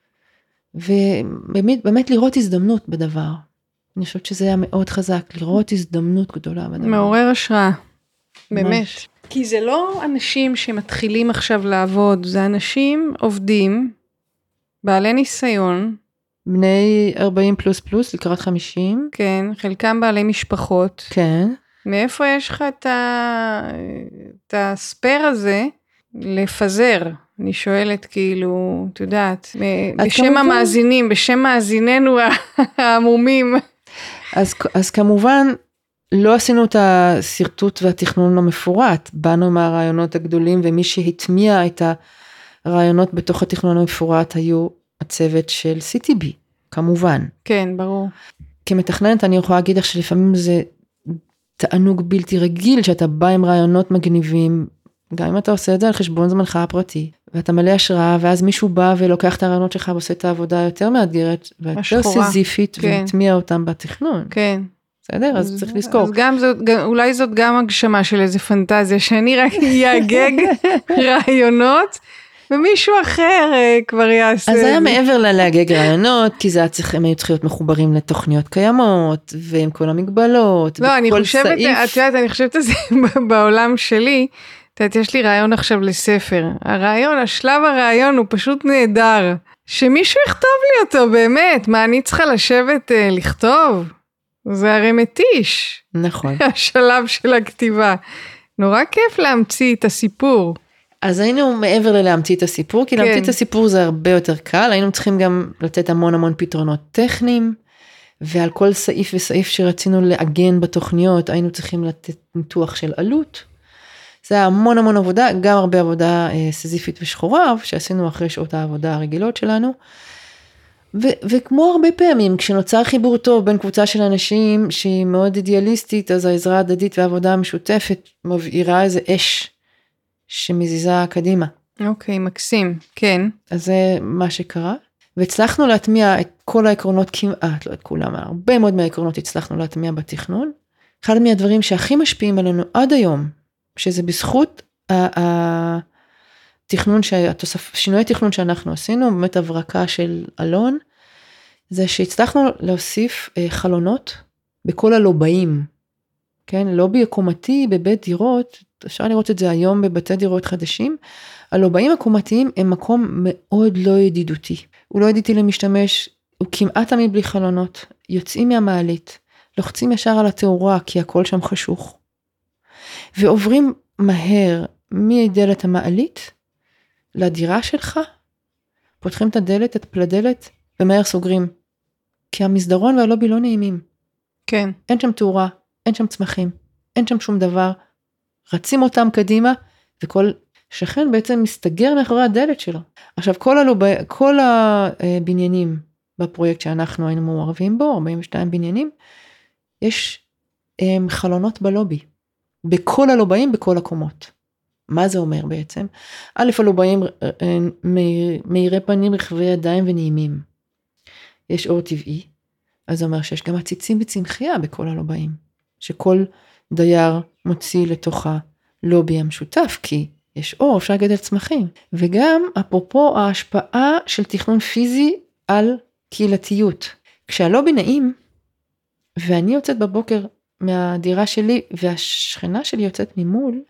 ובאמת, באמת לראות הזדמנות בדבר. אני חושבת שזה היה מאוד חזק, לראות הזדמנות גדולה בדבר. מעורר השראה. באמת. כי זה לא אנשים שמתחילים עכשיו לעבוד, זה אנשים עובדים, בעלי ניסיון. בני ארבעים פלוס פלוס, לקראת חמישים. כן, חלקם בעלי משפחות. כן. מאיפה יש לך את, ה... את הספר הזה לפזר? אני שואלת כאילו, את יודעת, בשם כמובן... המאזינים, בשם מאזיננו העמומים. אז, אז כמובן, לא עשינו את הסרטוט והתכנון המפורט, באנו מהרעיונות הגדולים, ומי שהטמיע את הרעיונות בתוך התכנון המפורט, היו הצוות של סי טי בי, כמובן. כן, ברור. כמתכננת אני יכולה להגיד לך שלפעמים זה תענוג בלתי רגיל, שאתה בא עם רעיונות מגניבים, גם אם אתה עושה את זה על חשבון זמנך הפרטי, ואתה מלא השראה, ואז מישהו בא ולוקח את הרעיונות שלך, ועושה את העבודה יותר מאתגרת, ויותר סיזיפית, כן. ומטמיע אותם בתכנון. כן. בסדר? אז, אז צריך לזכור. אז גם זאת, אולי זאת גם הגשמה של איזה פנטזיה, שאני רק יאגג רעיונות, ומישהו אחר כבר יעשה. אז היה מעבר ללהגג רעיונות, כי זה היה צריך, הם היו צריכים להיות מחוברים לתוכניות קיימות, ועם כל המגבלות, לא, אני חושבת, את יודעת, אני חושבת את זה בעולם שלי, את יודעת, יש לי רעיון עכשיו לספר. הרעיון, השלב הרעיון הוא פשוט נהדר. שמישהו יכתוב לי אותו, באמת. מה, אני צריכה לשבת uh, לכתוב? זה הרי מתיש. נכון. השלב של הכתיבה. נורא כיף להמציא את הסיפור. אז היינו מעבר ללהמציא את הסיפור, כי כן. להמציא את הסיפור זה הרבה יותר קל. היינו צריכים גם לתת המון המון פתרונות טכניים, ועל כל סעיף וסעיף שרצינו לעגן בתוכניות, היינו צריכים לתת ניתוח של עלות. זה היה המון המון עבודה, גם הרבה עבודה אה, סזיפית ושחורה, שעשינו אחרי שעות העבודה הרגילות שלנו, ו- וכמו הרבה פעמים, כשנוצר חיבור טוב בין קבוצה של אנשים, שהיא מאוד אידיאליסטית, אז העזרה הדדית והעבודה המשותפת, מבעירה איזה אש, שמזיזה קדימה. אוקיי, מקסים, כן. אז זה מה שקרה, והצלחנו להטמיע את כל העקרונות כמעט, לא את כולם, הרבה מאוד מהעקרונות הצלחנו להטמיע בתכנון, אחד מהדברים שהכי משפיעים עלינו עד היום, שזה בזכות התכנון, שינוי התכנון שאנחנו עשינו, באמת הברקה של אלון, זה שהצלחנו להוסיף חלונות בכל הלובעים, כן, לובי הקומתי בבית דירות, אפשר לראות את זה היום בבתי דירות חדשים, הלובעים הקומתיים הם מקום מאוד לא ידידותי, הוא לא ידידותי למשתמש, הוא כמעט תמיד בלי חלונות, יוצאים מהמעלית, לוחצים ישר על התאורה כי הכל שם חשוך, ועוברים מהר מדלת המעלית לדירה שלך, פותחים את הדלת, את פלדלת, ומהר סוגרים. כי המסדרון והלובי לא נעימים. כן. אין שם תאורה, אין שם צמחים, אין שם שום דבר. רצים אותם קדימה, וכל שכן בעצם מסתגר מאחורי הדלת שלו. עכשיו, כל, הלוב... כל הבניינים בפרויקט שאנחנו היינו מעורבים בו, ארבעים ושתיים בניינים, יש הם, חלונות בלובי. בכל הלובעים, בכל הקומות. מה זה אומר בעצם? א', הלובעים מאירי פנים, רחבי ידיים ונעימים. יש אור טבעי, אז זה אומר שיש גם עציצים וצמחייה בכל הלובעים, שכל דייר מוציא לתוך הלובי המשותף, כי יש אור, אפשר לגדל צמחים. וגם, אפרופו, ההשפעה של תכנון פיזי על קהילתיות. כשהלובי נעים, ואני יוצאת בבוקר מהדירה שלי, והשכנה שלי יוצאת ממול,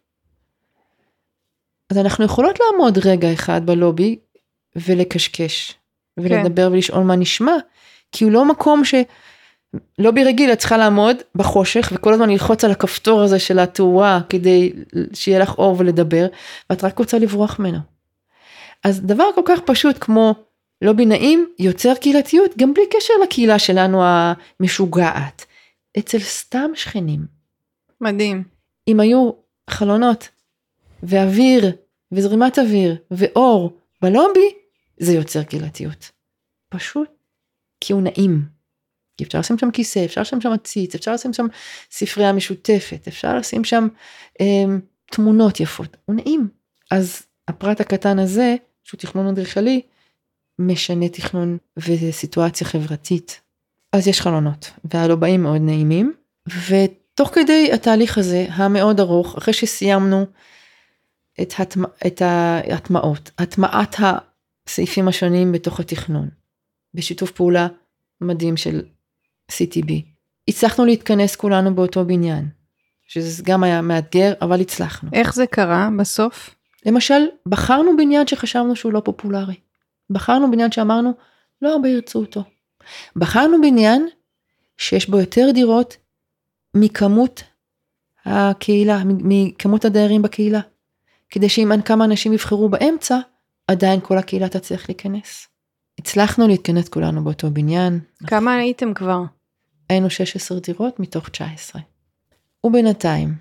אז אנחנו יכולות לעמוד רגע אחד בלובי, ולקשקש, ולדבר כן. ולשאול מה נשמע, כי הוא לא מקום ש... לובי רגיל, את צריכה לעמוד בחושך, וכל הזמן ללחוץ על הכפתור הזה של התאורה, כדי שיהיה לך אור ולדבר, ואת רק רוצה לברוח ממנו. אז דבר כל כך פשוט כמו לובי נעים, יוצר קהילתיות, גם בלי קשר לקהילה שלנו המשוגעת. אצל סתם שכנים. מדהים. אם היו חלונות, ואוויר, וזרימת אוויר, ואור בלובי, זה יוצר קהילתיות. פשוט, כי הוא נעים. כי אפשר לשים שם כיסא, אפשר לשים שם עציץ, אפשר לשים שם ספרייה משותפת, אפשר לשים שם אה, תמונות יפות. הוא נעים. אז הפרט הקטן הזה, שהוא תכנון אדריכלי, משנה תכנון וסיטואציה חברתית. אז יש חלונות, והלובעים מאוד נעימים, ותוך כדי התהליך הזה, המאוד ארוך, אחרי שסיימנו את, התמ... את ההטמעות, הטמעת הסעיפים השונים בתוך התכנון, בשיתוף פעולה מדהים של סי טי בי. הצלחנו להתכנס כולנו באותו בניין, שזה גם היה מאתגר, אבל הצלחנו. איך זה קרה בסוף? למשל, בחרנו בניין שחשבנו שהוא לא פופולרי. בחרנו בניין שאמרנו, לא הרבה ירצו אותו. בחרנו בניין שיש בו יותר דירות מכמות הקהילה, מכמות הדיירים בקהילה. כדי שאם כמה אנשים יבחרו באמצע, עדיין כל הקהילה תצליח להיכנס. הצלחנו להתכנס כולנו באותו בניין. כמה הייתם כבר? היינו שש עשרה דירות מתוך תשע עשרה. ובינתיים,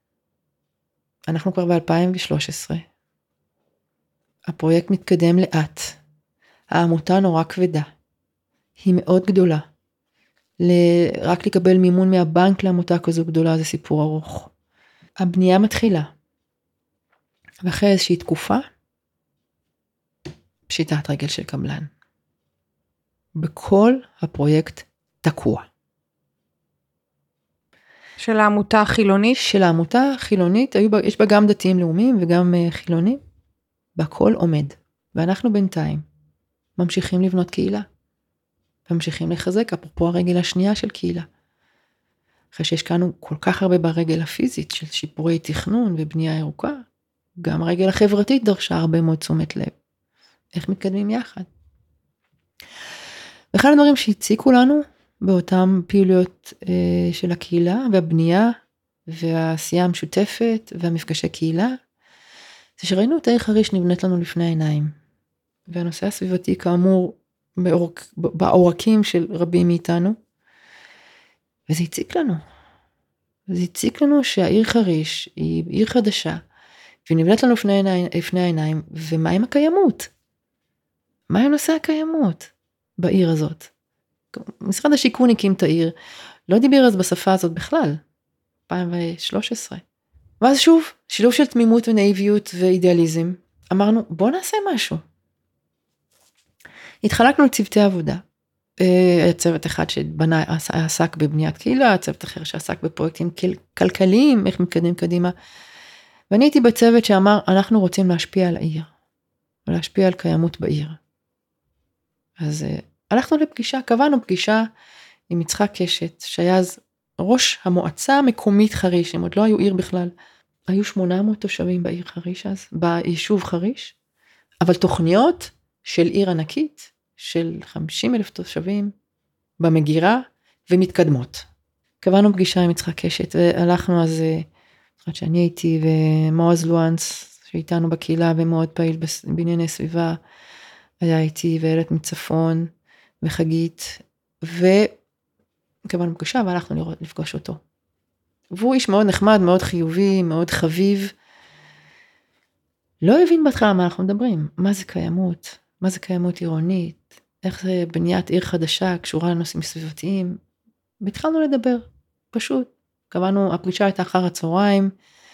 אנחנו כבר ב-אלפיים ושלוש עשרה. הפרויקט מתקדם לאט. העמותה נורא כבדה. היא מאוד גדולה. רק לקבל מימון מהבנק לעמותה כזו גדולה זה סיפור ארוך. הבנייה מתחילה. ואחרי איזושהי תקופה, פשיטת רגל של קבלן. בכל הפרויקט תקוע. של העמותה החילונית? של העמותה החילונית, יש בה גם דתיים לאומיים וגם חילונים. בכל עומד. ואנחנו בינתיים ממשיכים לבנות קהילה. ממשיכים לחזק, אפרופו הרגל השנייה של קהילה. אחרי שהשקענו כל כך הרבה ברגל הפיזית של שיפורי תכנון ובנייה ירוקה, גם הרגל החברתית דרשה הרבה מאוד תשומת לב. איך מתקדמים יחד? ואחד הדברים שהציקו לנו באותם פעילויות אה, של הקהילה והבנייה והעשייה המשותפת והמפגשי קהילה, זה שראינו את העיר חריש נבנית לנו לפני העיניים. והנושא הסביבתי כאמור בעורק, בעורקים של רבים מאיתנו, וזה הציק לנו. זה הציק לנו שהעיר חריש היא עיר חדשה, והיא נבנית לנו לפני העיניים, לפני העיניים, ומה עם הקיימות? מה עם נושא הקיימות בעיר הזאת? משרד השיכון הקים את העיר, לא דיבר אז בשפה הזאת בכלל, אלפיים ושלוש עשרה. ואז שוב, שילוב של תמימות ונאיביות ואידיאליזם, אמרנו בוא נעשה משהו. התחלקנו לצוותי עבודה, היה צוות אחד שבנה, עסק בבניית קהילה, צוות אחר שעסק בפרויקטים כלכליים, איך מתקדם קדימה, ואני הייתי בצוות שאמר, אנחנו רוצים להשפיע על העיר, ולהשפיע על קיימות בעיר. אז הלכנו לפגישה, קבענו פגישה עם יצחק קשת, שהיה אז ראש המועצה המקומית חריש, הם עוד לא היו עיר בכלל, היו שמונה מאות תושבים בעיר חריש אז, ביישוב חריש, אבל תוכניות של עיר ענקית, של חמישים אלף תושבים, במגירה, ומתקדמות. קבענו פגישה עם יצחק קשת, והלכנו אז, זאת שאני הייתי, ומועז לואנס, שאיתנו בקהילה, ומאוד פעיל בענייני סביבה, היה איתי, ואילת מצפון, וחגית, וקבענו פגישה, והלכנו לראות, לפגוש אותו. והוא איש מאוד נחמד, מאוד חיובי, מאוד חביב, לא הבין בהתחלה מה אנחנו מדברים, מה זה קיימות, מה זה קיימות עירונית, איך זה בניית עיר חדשה, קשורה לנושאים סביבתיים, והתחלנו לדבר, פשוט, קבענו, הפגישה הייתה אחר הצהריים,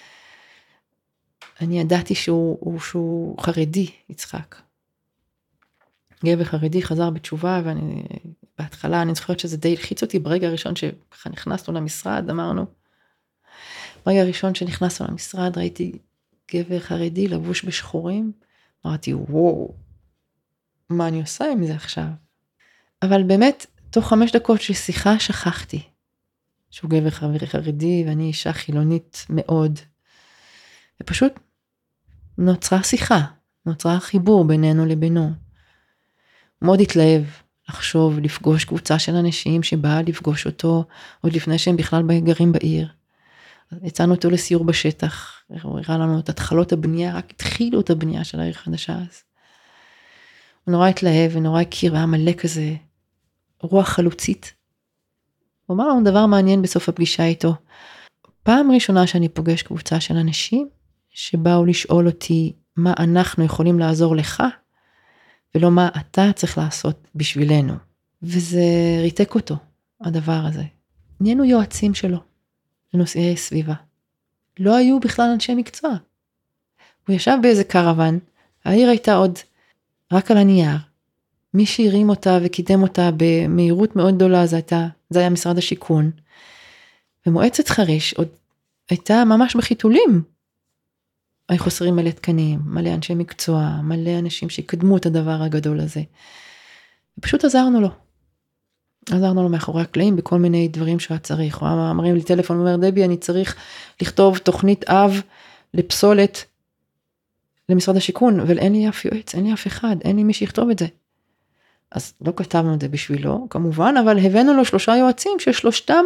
אני ידעתי שהוא, שהוא חרדי, יצחק, גבר חרדי חזר בתשובה, ואני, בהתחלה אני זוכרת שזה די הלחיץ אותי, ברגע הראשון שככה נכנסנו למשרד, אמרנו, ברגע הראשון שנכנסנו למשרד, ראיתי גבר חרדי לבוש בשחורים, אמרתי, וואו, מה אני עושה עם זה עכשיו? אבל באמת, תוך חמש דקות של שיחה שכחתי, שהוא גבר חרדי ואני אישה חילונית מאוד, ופשוט נוצרה שיחה, נוצרה חיבור בינינו לבינו. מאוד התלהב לחשוב, לפגוש קבוצה של אנשים שבאה לפגוש אותו, עוד לפני שהם בכלל גרים בעיר. יצאנו אותו לסיור בשטח, הוא הראה לנו את התחלות הבנייה, רק התחילו את הבנייה של העיר החדשה אז. הוא נורא התלהב ונורא הכיר, והיה מלא כזה רוח חלוצית. הוא אמר לנו דבר מעניין בסוף הפגישה איתו. פעם ראשונה שאני פוגש קבוצה של אנשים, שבאו לשאול אותי מה אנחנו יכולים לעזור לך, ולא מה אתה צריך לעשות בשבילנו. וזה ריתק אותו, הדבר הזה. נהיינו יועצים שלו, לנושאי סביבה. לא היו בכלל אנשי מקצוע. הוא ישב באיזה קרוון, העיר הייתה עוד רק על הנייר. מי שהרים אותה וקידם אותה במהירות מאוד גדולה, זה, הייתה, זה היה משרד השיכון. ומועצת חריש עוד הייתה ממש בחיתולים. היו חוסרים מלא תקנים, מלא אנשי מקצוע, מלא אנשים שיקדמו את הדבר הגדול הזה. ופשוט עזרנו לו. עזרנו לו מאחורי הקלעים בכל מיני דברים שהיה צריך. הוא אמרים לי טלפון, הוא אומר, דבי, אני צריך לכתוב תוכנית אב לפסולת למשרד השיכון, אבל אין לי אף יועץ, אין לי אף אחד, אין לי מי שיכתוב את זה. אז לא כתבנו את זה בשבילו, כמובן, אבל הבאנו לו שלושה יועצים ששלושתם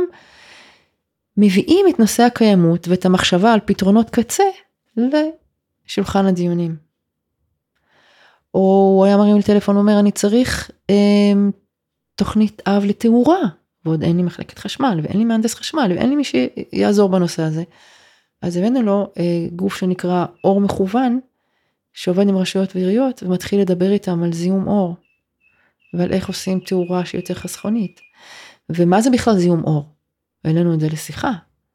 מביאים את נושא הקיימות ואת המחשבה על פתרונות קצה לשולחן הדיונים. או הוא היה מרים לי טלפון, הוא אומר, אני צריך אה, תוכנית אב לתאורה, ועוד אין לי מחלקת חשמל, ואין לי מהנדס חשמל, ואין לי מי שיעזור בנושא הזה. אז הבאנו לו אה, גוף שנקרא אור מכוון, שעובד עם רשויות ועיריות, ומתחיל לדבר איתם על זיהום אור, ועל איך עושים תאורה שהיא יותר חסכונית. ומה זה בכלל זיהום אור? העלינו את זה לשיחה.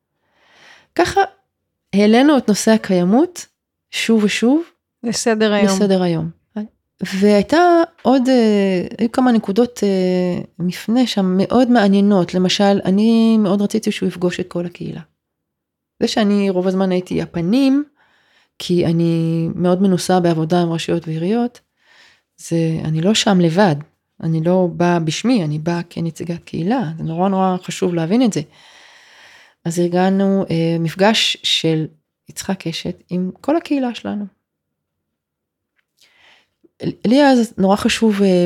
ככה העלינו את נושא הקיימות, שוב ושוב, לסדר היום. לסדר היום. והייתה עוד, היו כמה נקודות מפנה שם מאוד מעניינות. למשל, אני מאוד רציתי שהוא יפגוש את כל הקהילה. זה שאני רוב הזמן הייתי הפנים, כי אני מאוד מנוסה בעבודה עם רשויות ועיריות, זה, אני לא שם לבד, אני לא באה בשמי, אני באה כנציגת קהילה, זה נורא נורא חשוב להבין את זה. אז ארגנו אה, מפגש של יצחק קשת עם כל הקהילה שלנו. לי אז נורא חשוב אה,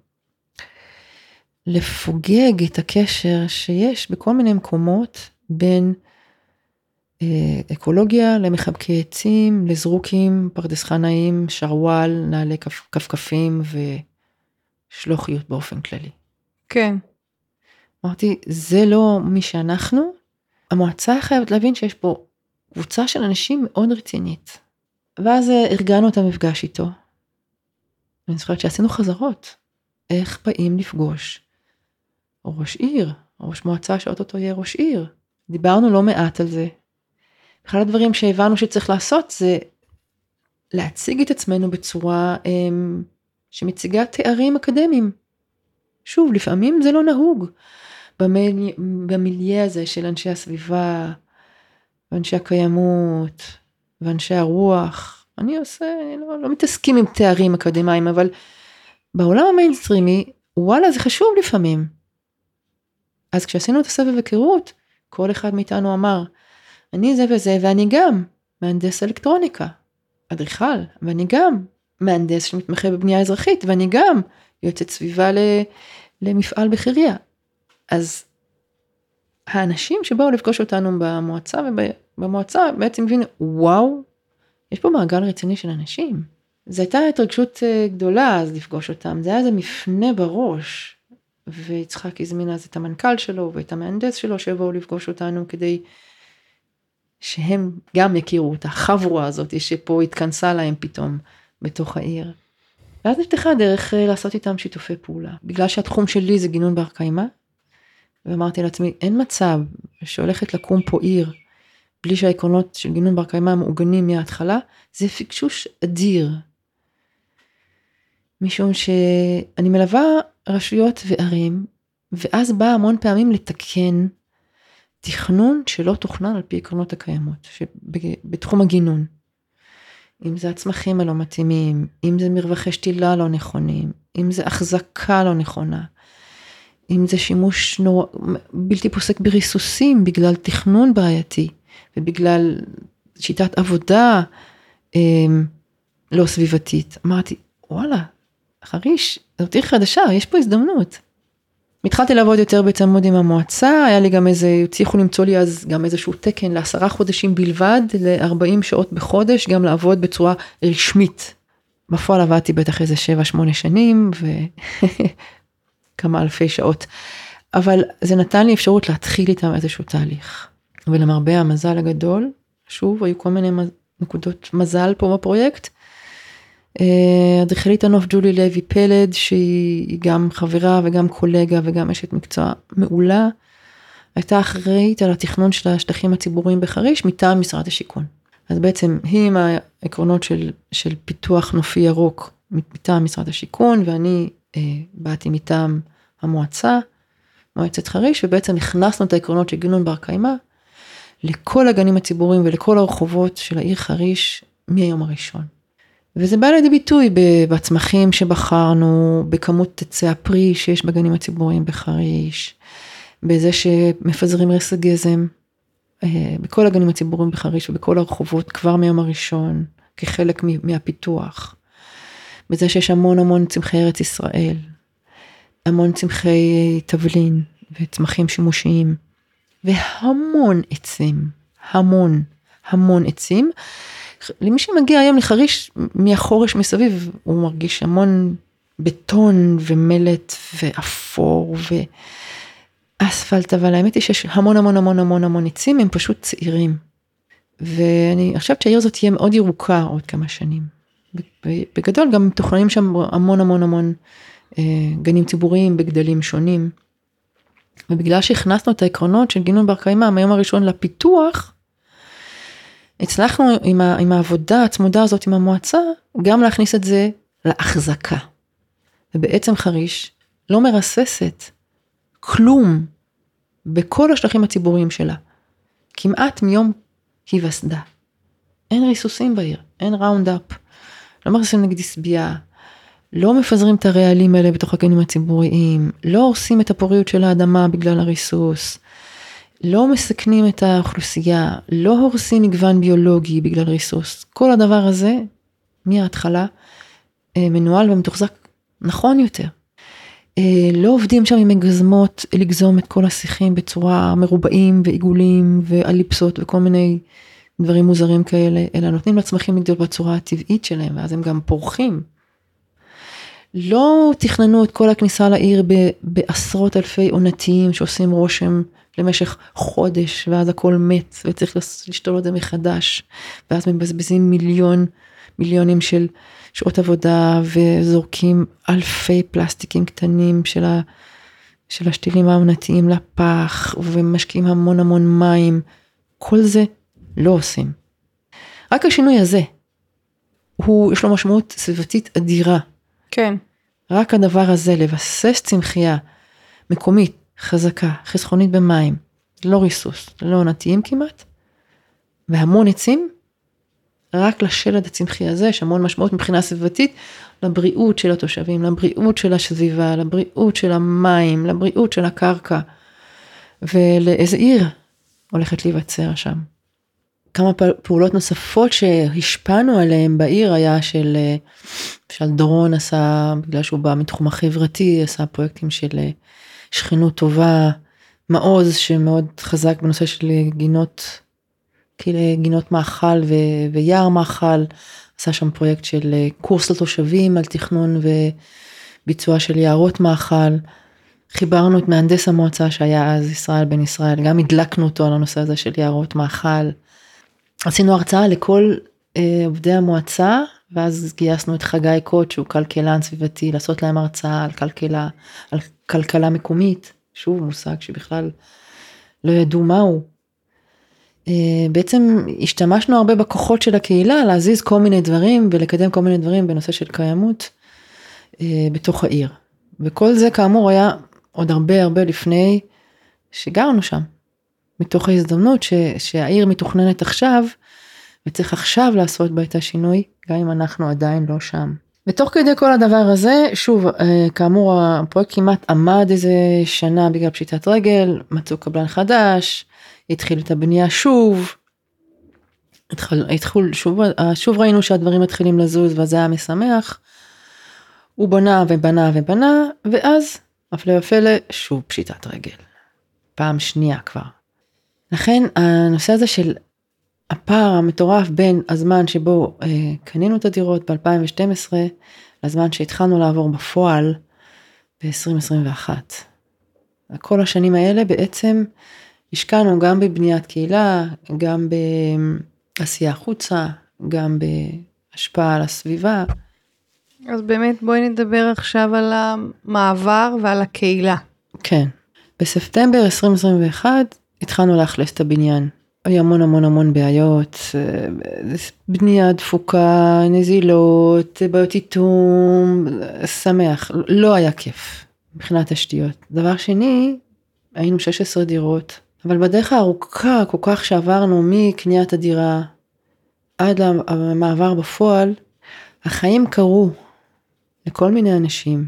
לפוגג את הקשר שיש בכל מיני מקומות בין אה, אקולוגיה למחבקי עצים, לזרוקים, פרדס חנאים, שרוואל, נעלי כפ, כפכפים ושלוחיות באופן כללי. כן. אמרתי, זה לא מי שאנחנו, המועצה חייבת להבין שיש פה קבוצה של אנשים מאוד רצינית. ואז ארגנו את המפגש איתו. אני זוכרת שעשינו חזרות. איך באים לפגוש ראש עיר, ראש מועצה שאוטוטו יהיה ראש עיר. דיברנו לא מעט על זה. אחד הדברים שהבנו שצריך לעשות זה להציג את עצמנו בצורה הם, שמציגה תארים אקדמיים. שוב, לפעמים זה לא נהוג. במיליה הזה של אנשי הסביבה, ואנשי הקיימות, ואנשי הרוח, אני עושה, אני לא, לא מתעסקים עם תארים אקדמיים, אבל בעולם המיינסטרימי, וואלה, זה חשוב לפעמים. אז כשעשינו את הסבב היכרות, כל אחד מאיתנו אמר, אני זה וזה, ואני גם מהנדס אלקטרוניקה, אדריכל, ואני גם מהנדס שמתמחה בבנייה אזרחית, ואני גם יוצאת סביבה למפעל בחירייה. אז האנשים שבאו לפגוש אותנו במועצה, ובמועצה בעצם מבינו, וואו, יש פה מעגל רציני של אנשים. זו הייתה התרגשות גדולה אז לפגוש אותם, זה היה איזה מפנה בראש, ויצחק הזמין אז את המנכ"ל שלו ואת המהנדס שלו שבאו לפגוש אותנו כדי שהם גם יכירו את החבורה הזאת שפה התכנסה להם פתאום בתוך העיר. ואז נפתחה דרך לעשות איתם שיתופי פעולה. בגלל שהתחום שלי זה גינון בר קיימא, ואמרתי לעצמי, אין מצב שהולכת לקום פה עיר, בלי שהעקרונות של גינון בר קיימא מעוגנים מההתחלה, זה פיקשוש אדיר. משום שאני מלווה רשויות וערים, ואז באה המון פעמים לתקן תכנון שלא תוכנן על פי עקרונות הקיימות, בתחום הגינון. אם זה הצמחים הלא מתאימים, אם זה מרווחי שתילה לא נכונים, אם זה החזקה לא נכונה, אם זה שימוש נור... בלתי פוסק בריסוסים, בגלל תכנון בעייתי, ובגלל שיטת עבודה אה, לא סביבתית. אמרתי, וואלה, חריש, זאת עיר חדשה, יש פה הזדמנות. התחלתי לעבוד יותר בצמוד עם המועצה, היה לי גם איזה, הצליחו למצוא לי אז גם איזשהו תקן לעשרה חודשים בלבד, ל-ארבעים שעות בחודש, גם לעבוד בצורה רשמית. בפועל עבדתי בטח איזה שבע, שמונה שנים, וכמה אלפי שעות. אבל זה נתן לי אפשרות להתחיל איתם איזשהו תהליך. ולמרבה המזל הגדול, שוב, היו כל מיני נקודות מזל פה בפרויקט, אדריכלית הנוף ג'ולי לוי פלד, שהיא גם חברה וגם קולגה וגם אשת מקצוע מעולה, הייתה אחראית על התכנון של השטחים הציבוריים בחריש מטעם משרד השיכון. אז בעצם היא עם העקרונות של, של פיתוח נופי ירוק מטעם משרד השיכון, ואני אה, באתי מטעם המועצה, מועצת חריש, ובעצם הכנסנו את העקרונות של גינון בר קיימא, לכל הגנים הציבוריים ולכל הרחובות של העיר חריש מהיום הראשון. וזה בא לידי ביטוי בצמחים שבחרנו, בכמות עצי הפרי שיש בגנים הציבוריים בחריש, בזה שמפזרים רסק גזם, בכל הגנים הציבוריים בחריש ובכל הרחובות כבר מהיום הראשון, כחלק מהפיתוח. בזה שיש המון המון צמחי ארץ ישראל, המון צמחי תבלין וצמחים שימושיים, והמון עצים, המון, המון עצים. למי שמגיע היום לחריש מהחורש מסביב, הוא מרגיש המון בטון ומלט ואפור ואספלט, אבל האמת היא שיש המון המון המון המון המון עצים, הם פשוט צעירים. ואני חושבת שהעיר הזאת תהיה מאוד ירוקה עוד כמה שנים. בגדול גם מתוכננים שם המון המון המון גנים ציבוריים בגדלים שונים. ובגלל שהכנסנו את העקרונות של גינון בר קיימא מהיום הראשון לפיתוח, הצלחנו עם, ה, עם העבודה הצמודה הזאת עם המועצה, גם להכניס את זה להחזקה. ובעצם חריש לא מרססת כלום בכל השטחים הציבוריים שלה. כמעט מיום היווסדה. אין ריסוסים בעיר, אין ראונד-אפ. לא מרססים נגד הסביעה, לא מפזרים את הרעלים האלה בתוך הגנים הציבוריים, לא הורסים את הפוריות של האדמה בגלל הריסוס, לא מסכנים את האוכלוסייה, לא הורסים מגוון ביולוגי בגלל ריסוס. כל הדבר הזה, מההתחלה, מנוהל ומתוחזק נכון יותר. לא עובדים שם עם מגזמות לגזום את כל השיחים בצורה מרובעים ועיגולים ואליפסות וכל מיני דברים מוזרים כאלה, אלא נותנים לעצמכים לגדול בצורה הטבעית שלהם, ואז הם גם פורחים. לא תכננו את כל הכניסה לעיר בעשרות אלפי עונתיים שעושים רושם למשך חודש, ואז הכל מת, וצריך לשתול את זה מחדש, ואז מבזבזים מיליון, מיליונים של שעות עבודה, וזורקים אלפי פלסטיקים קטנים של, ה, של השתילים העונתיים לפח, ומשקיעים המון המון מים, כל זה לא עושים. רק השינוי הזה, הוא, יש לו משמעות סביבתית אדירה. כן. רק הדבר הזה, לבסס צמחייה מקומית, חזקה, חסכונית במים, לא ריסוס, לא עונתיים כמעט, והמון עצים, רק לשלד הצמחי הזה, יש המון משמעות מבחינה סביבתית, לבריאות של התושבים, לבריאות של הסביבה, לבריאות של המים, לבריאות של הקרקע, ולאיזה עיר הולכת להיווצר שם. כמה פעולות נוספות שהשפענו עליהן בעיר היה של, של דורון עשה, בגלל שהוא בא מתחום החברתי, עשה פרויקטים של שכנות טובה, מעוז שמאוד חזק בנושא של גינות, כאילו גינות מאכל ו, ויער מאכל, עשה שם פרויקט של קורס לתושבים על תכנון וביצוע של יערות מאכל, חיברנו את מהנדס המועצה שהיה אז ישראל בן ישראל, גם הדלקנו אותו על הנושא הזה של יערות מאכל, עשינו הרצאה לכל אה, עובדי המועצה, ואז גייסנו את חגי קוט, שהוא כלכלן סביבתי, לעשות להם הרצאה על כלכלה, על כלכלה מקומית, שוב מושג שבכלל לא ידעו מהו. אה, בעצם השתמשנו הרבה בכוחות של הקהילה, להזיז כל מיני דברים, ולקדם כל מיני דברים בנושא של קיימות, אה, בתוך העיר. וכל זה כאמור היה עוד הרבה הרבה לפני שגרנו שם. מתוך ההזדמנות ש, שהעיר מתוכננת עכשיו, וצריך עכשיו לעשות בה את השינוי, גם אם אנחנו עדיין לא שם. ותוך כדי כל הדבר הזה, שוב, כאמור, הפרויקט כמעט עמד איזה שנה בגלל פשיטת רגל, מצאו קבלן חדש, התחיל את הבנייה שוב, התחיל, התחיל, שוב, שוב ראינו שהדברים מתחילים לזוז, וזה היה משמח, הוא בנה ובנה ובנה, ואז, הפלא ופלא, שוב פשיטת רגל. פעם שנייה כבר. לכן, הנושא הזה של הפער המטורף בין הזמן שבו אה, קנינו את הדירות ב-אלפיים ושתים עשרה, לזמן שהתחלנו לעבור בפועל ב-עשרים עשרים ואחת. כל השנים האלה בעצם השקענו גם בבניית קהילה, גם בעשייה החוצה, גם בהשפעה על הסביבה. אז באמת בואי נדבר עכשיו על המעבר ועל הקהילה. כן. בספטמבר עשרים עשרים ואחת התחלנו לאכלס את הבניין. היה המון המון המון בעיות, בנייה דפוקה, נזילות, בעיות איתום, שמח, לא היה כיף מבחינת תשתיות. דבר שני, היינו שש עשרה דירות, אבל בדרך הארוכה כל כך שעברנו מקניית הדירה עד למעבר בפועל, החיים קרו לכל מיני אנשים,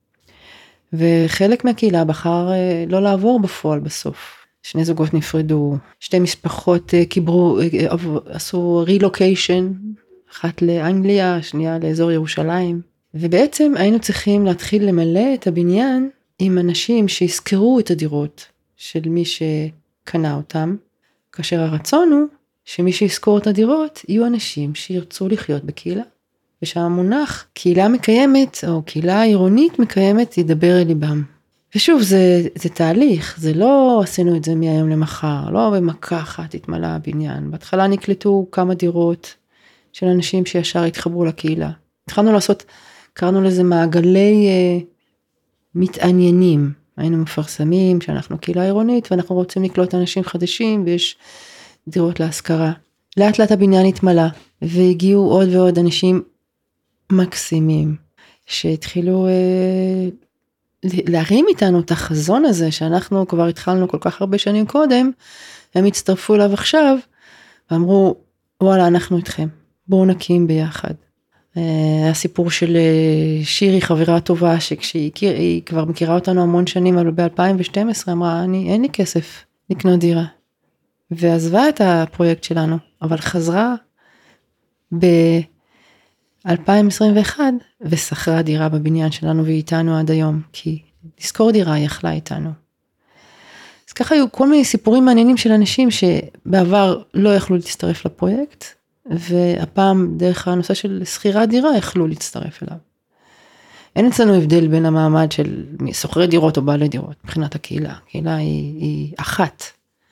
וחלק מהקהילה בחר לא לעבור בפועל בסוף. שני זוגות נפרדו, שתי משפחות קיברו, עשו רילוקיישן, אחת לאנגליה, שנייה לאזור ירושלים, ובעצם היינו צריכים להתחיל למלא את הבניין עם אנשים שיזכרו את הדירות של מי שקנה אותם, כאשר הרצון הוא שמי שיזכור את הדירות יהיו אנשים שירצו לחיות בקהילה, ושהמונח קהילה מקיימת או קהילה עירונית מקיימת ידבר אל ליבם. ושוב, זה, זה תהליך, זה לא עשינו את זה מהיום למחר, לא במכה אחת התמלא הבניין. בהתחלה נקלטו כמה דירות של אנשים שישר התחברו לקהילה. התחלנו לעשות, קראנו לזה מעגלי אה, מתעניינים. היינו מפרסמים שאנחנו קהילה עירונית, ואנחנו רוצים לקלוט אנשים חדשים, ויש דירות להשכרה. לאט לאט הבניין התמלא, והגיעו עוד ועוד אנשים מקסימים, שהתחילו אה, להרים איתנו את החזון הזה, שאנחנו כבר התחלנו כל כך הרבה שנים קודם, הם הצטרפו אליו עכשיו, ואמרו, וואלה, אנחנו איתכם, בואו נקים ביחד. הסיפור של שירי, חברה טובה, שכשהיא היא כבר מכירה אותנו המון שנים, אבל ב-אלפיים ושתים עשרה אמרה, אני, אין לי כסף לקנות דירה. ועזבה את הפרויקט שלנו, אבל חזרה ב-אלפיים עשרים ואחת, ושכרה דירה בבניין שלנו ואיתנו עד היום, כי לזכור דירה היא יכלה איתנו. אז ככה היו כל מיני סיפורים מעניינים של אנשים שבעבר לא יכלו להצטרף לפרויקט, והפעם דרך הנושא של שכירת דירה יכלו להצטרף אליו. אין אצלנו הבדל בין המעמד של שוכרי דירות או בעלי דירות, מבחינת הקהילה. הקהילה היא, היא אחת.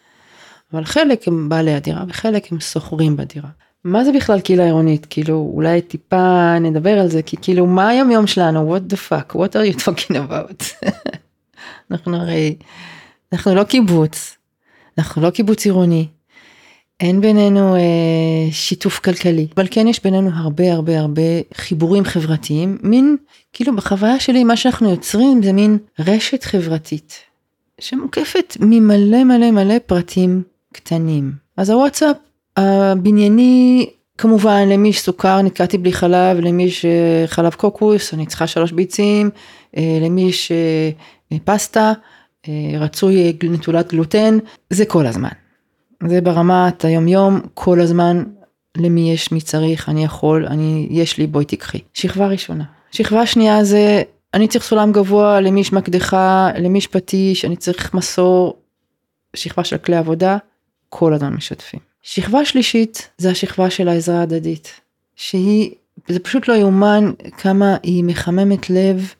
אבל חלק הם בעלי הדירה וחלק הם שוכרים בדירה. מה זה בכלל קהילה עירונית? כאילו, אולי טיפה נדבר על זה, כי כאילו, מה היום יום שלנו? What the fuck? What are you talking about? אנחנו הרי, אנחנו לא קיבוץ, אנחנו לא קיבוץ עירוני, אין בינינו אה, שיתוף כלכלי, אבל כן יש בינינו הרבה הרבה הרבה חיבורים חברתיים, מין, כאילו בחוויה שלי, מה שאנחנו יוצרים זה מין רשת חברתית, שמוקפת ממלא מלא מלא פרטים קטנים. אז הוואטסאפ, הבנייני, כמובן, למי שסוכר נתקעתי בלי חלב, למי שחלב קוקוס, אני צריכה שלוש ביצים, למי שפסטה, רצוי נטולת גלוטן, זה כל הזמן. זה ברמת היום יום, כל הזמן, למי יש, מי צריך, אני יכול, אני, יש לי, בואי תקחי. שכבה ראשונה. שכבה שנייה זה, אני צריך סולם גבוה, למי יש מקדחה, למי יש פטיש, אני צריך מסור, שכבה של כלי עבודה, כל הזמן משתפים. שכבה שלישית זה השכבה של העזרה ההדדית, שהיא, זה פשוט לא יאומן כמה היא מחממת לב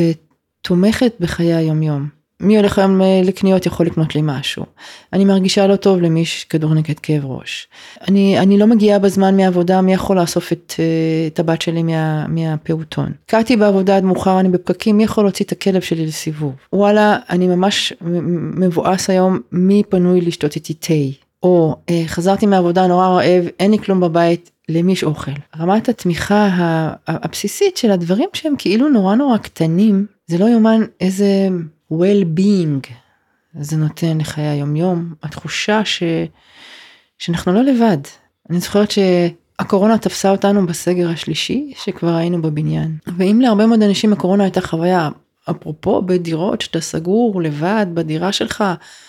ותומכת בחיי היום-יום. מי הולך היום לקניות יכול לקנות לי משהו. אני מרגישה לא טוב למי שכדור נגד כאב ראש. אני, אני לא מגיעה בזמן מהעבודה, מי יכול לאסוף את, את הבת שלי מה, מהפעוטון. קעתי בעבודה עד מאוחר, אני בפקקים, מי יכול להוציא את הכלב שלי לסיבוב. וואלה, אני ממש מבואס היום, מי פנוי לשתות איתי תה. או חזרתי מהעבודה נורא רעב, אין לי כלום בבית, למי יש אוכל. רמת התמיכה הבסיסית של הדברים שהם כאילו נורא נורא קטנים, זה לא יומן איזה well-being, זה נותן לחיי היום יום, התחושה ש... שאנחנו לא לבד. אני זוכרת הקורונה תפסה אותנו בסגר השלישי, שכבר היינו בבניין. ואם להרבה מאוד אנשים הקורונה הייתה חוויה, אפרופו בדירות שאתה סגור לבד בדירה שלך,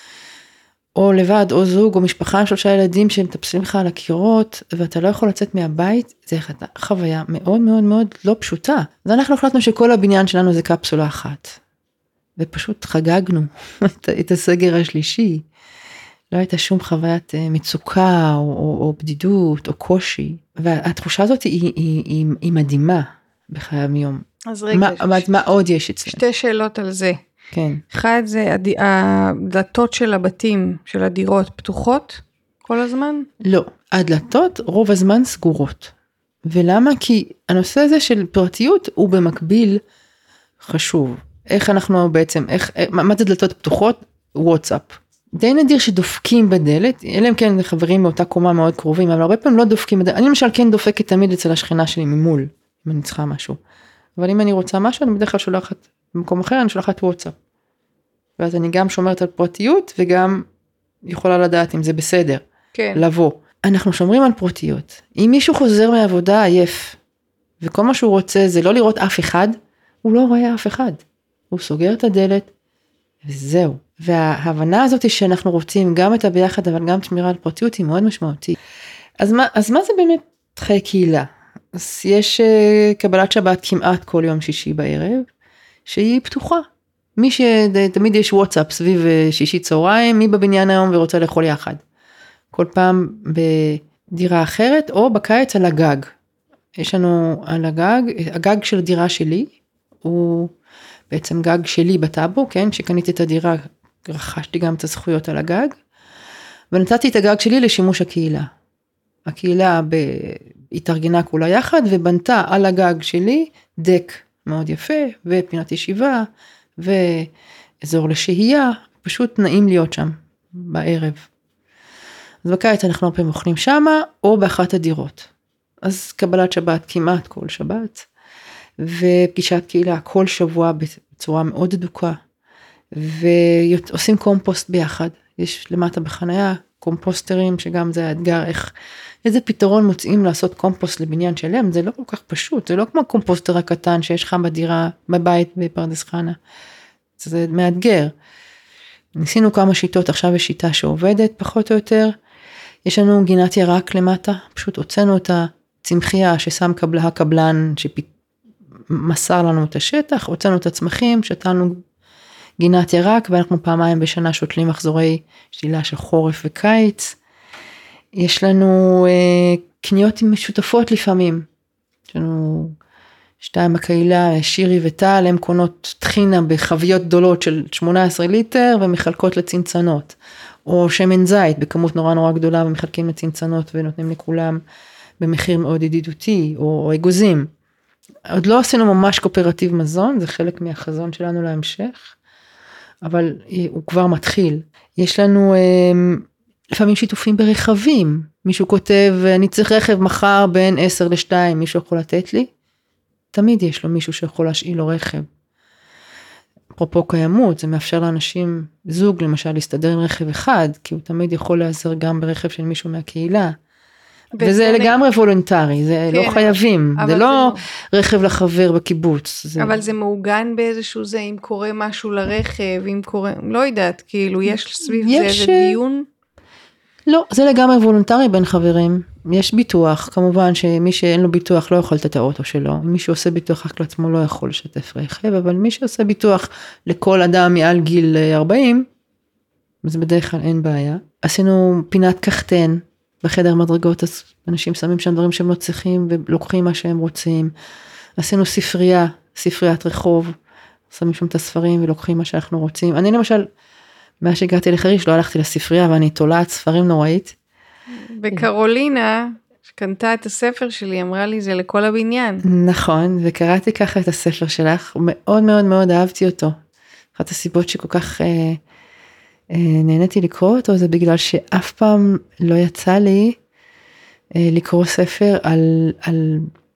או לבד, או זוג, או משפחה עם שלושה ילדים שמטפסים לך על הקירות, ואתה לא יכול לצאת מהבית, זה חוויה מאוד מאוד מאוד לא פשוטה. אז אנחנו החלטנו שכל הבניין שלנו זה קפסולה אחת. ופשוט חגגנו את, את הסגר השלישי. לא הייתה שום חוויית מצוקה, או, או, או בדידות, או קושי. והתחושה הזאת היא, היא, היא, היא מדהימה בחיי היום. אז רגע, מה, ש... מה עוד יש אצלנו? שתי שאלות על זה. כן. אחד זה הד... הדלתות של הבתים, של הדירות, פתוחות כל הזמן? לא, הדלתות רוב הזמן סגורות. ולמה? כי הנושא הזה של פרטיות הוא במקביל חשוב. איך אנחנו בעצם, איך, מה זה דלתות פתוחות? וואטסאפ. די נדיר שדופקים בדלת, אלה הם כן חברים מאותה קומה מאוד קרובים, אבל הרבה פעמים לא דופקים בדלת. אני למשל כן דופקת תמיד אצל השכנה שלי ממול, אם אני צריכה משהו. אבל אם אני רוצה משהו, אני בדרך כלל שולחת במקום אחר, אני שולחת וואטסאפ. ואז אני גם שומרת על פרטיות, וגם יכולה לדעת אם זה בסדר. כן. לבוא. אנחנו שומרים על פרטיות. אם מישהו חוזר מעבודה עייף, וכל מה שהוא רוצה זה לא לראות אף אחד, הוא לא רואה אף אחד. הוא סוגר את הדלת, וזהו. וההבנה הזאת היא שאנחנו רוצים גם את הביחד, אבל גם שמירה על פרטיות היא מאוד משמעותית. אז מה, אז מה זה באמת חיי קהילה? אז יש uh, קבלת שבת כמעט כל יום שישי בערב, שהיא פתוחה. מי שתמיד יש וואטסאפ סביב שישי צהריים, מי בבניין היום ורוצה לאכול יחד. כל פעם בדירה אחרת, או בקיץ על הגג. יש לנו על הגג, הגג של הדירה שלי, הוא בעצם גג שלי בטאבו, כן, שקניתי את הדירה, רכשתי גם את הזכויות על הגג, ונתתי את הגג שלי לשימוש הקהילה. הקהילה התארגנה כולה יחד, ובנתה על הגג שלי דק מאוד יפה, ופינת ישיבה, ואזור לשהייה, פשוט נעים להיות שם בערב. אז בקיץ אנחנו הרבה פעמים אוכלים שמה, או באחת הדירות. אז קבלת שבת כמעט כל שבת, ופגישת קהילה כל שבוע בצורה מאוד אדוקה, ועושים קומפוסט ביחד. יש למטה בחניה קומפוסטרים, שגם זה האתגר, איך, איזה פתרון מוצאים לעשות קומפוסט לבניין שלם, זה לא כל כך פשוט, זה לא כמו הקומפוסטר הקטן שיש לך בדירה, בבית בפרדס חנה, זה מאתגר. ניסינו כמה שיטות, עכשיו יש שיטה שעובדת פחות או יותר, יש לנו גינת ירק למטה, פשוט הוצאנו את הצמחייה ששם קבלה, הקבלן שמסר לנו את השטח, הוצאנו את הצמחים, שתלנו גינת ירק, ואנחנו פעמיים בשנה שותלים מחזורי שתילה של חורף וקיץ. יש לנו אה, קניות משותפות לפעמים, יש לנו שתיים בקהילה, שירי וטל, הם קונות תחינה בחביות גדולות של שמונה עשרה ליטר, ומחלקות לצנצנות. או שמן זית בכמות נורא נורא גדולה, ומחלקים לצנצנות ונותנים לכולם במחיר מאוד ידידותי, או, או אגוזים. עוד לא עשינו ממש קואופרטיב מזון, זה חלק מהחזון שלנו להמשך, אבל הוא כבר מתחיל. יש לנו לפעמים שיתופים ברכבים, מישהו כותב, אני צריך רכב מחר בין עשר לשתיים, מישהו יכול לתת לי? תמיד יש לו מישהו שיכול להשאיל לו רכב. אפרופו קיימות, זה מאפשר לאנשים, זוג למשל, להסתדר עם רכב אחד, כי הוא תמיד יכול לעזר גם ברכב של מישהו מהקהילה. וזה לגמרי וולונטרי, זה לא חייבים, זה לא רכב לחבר בקיבוץ. אבל זה מעוגן באיזשהו זה, אם קורה משהו לרכב, אם קורה, לא יודעת, כאילו יש סביב זה איזה דיון? לא, זה לגמרי וולונטרי בין חברים, יש ביטוח, כמובן שמי שאין לו ביטוח לא יכול לתת את האוטו שלו, מי שעושה ביטוח רק לעצמו לא יכול לשתף רכב, אבל מי שעושה ביטוח לכל אדם מעל גיל ארבעים, אז בדרך כלל אין בעיה. עשינו פינת קחתן, בחדר מדרגות, אז אנשים שמים שם דברים שהם לא צריכים, ולוקחים מה שהם רוצים. עשינו ספרייה, ספריית רחוב, שמים שם את הספרים, ולוקחים מה שאנחנו רוצים. אני למשל, מאז שהגעתי לחריש, לא הלכתי לספרייה, ואני תולעת ספרים נוראית. וקרולינה, שקנתה את הספר שלי, אמרה לי, זה לכל הבניין. נכון, וקראתי ככה את הספר שלך, מאוד מאוד מאוד אהבתי אותו. אחת הסיבות שכל כך אה, אה, נהניתי לקרוא אותו, זה בגלל שאף פעם לא יצא לי אה, לקרוא ספר על, על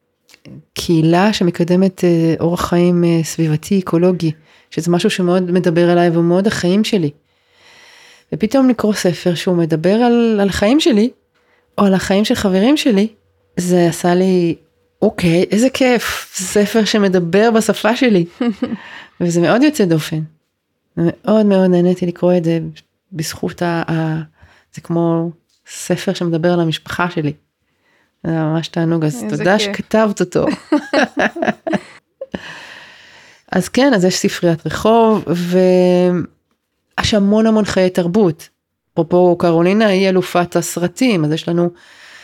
קהילה שמקדמת אה, אורח חיים אה, סביבתי, אקולוגי, שזה משהו שמאוד מדבר אליי, ומאוד החיים שלי. ופתאום לקרוא ספר שהוא מדבר על, על החיים שלי, או על החיים של חברים שלי, זה עשה לי, אוקיי, איזה כיף, ספר שמדבר בשפה שלי. וזה מאוד יוצא דופן. מאוד מאוד נהניתי לקרוא את זה, בזכות ה... ה... זה כמו ספר שמדבר על המשפחה שלי. זה ממש תענוג, אז תודה שכתבת אותו. אז כן, אז יש ספריית רחוב, ויש המון המון חיי תרבות. אפרופו קרולינה היא אלופת הסרטים, אז יש לנו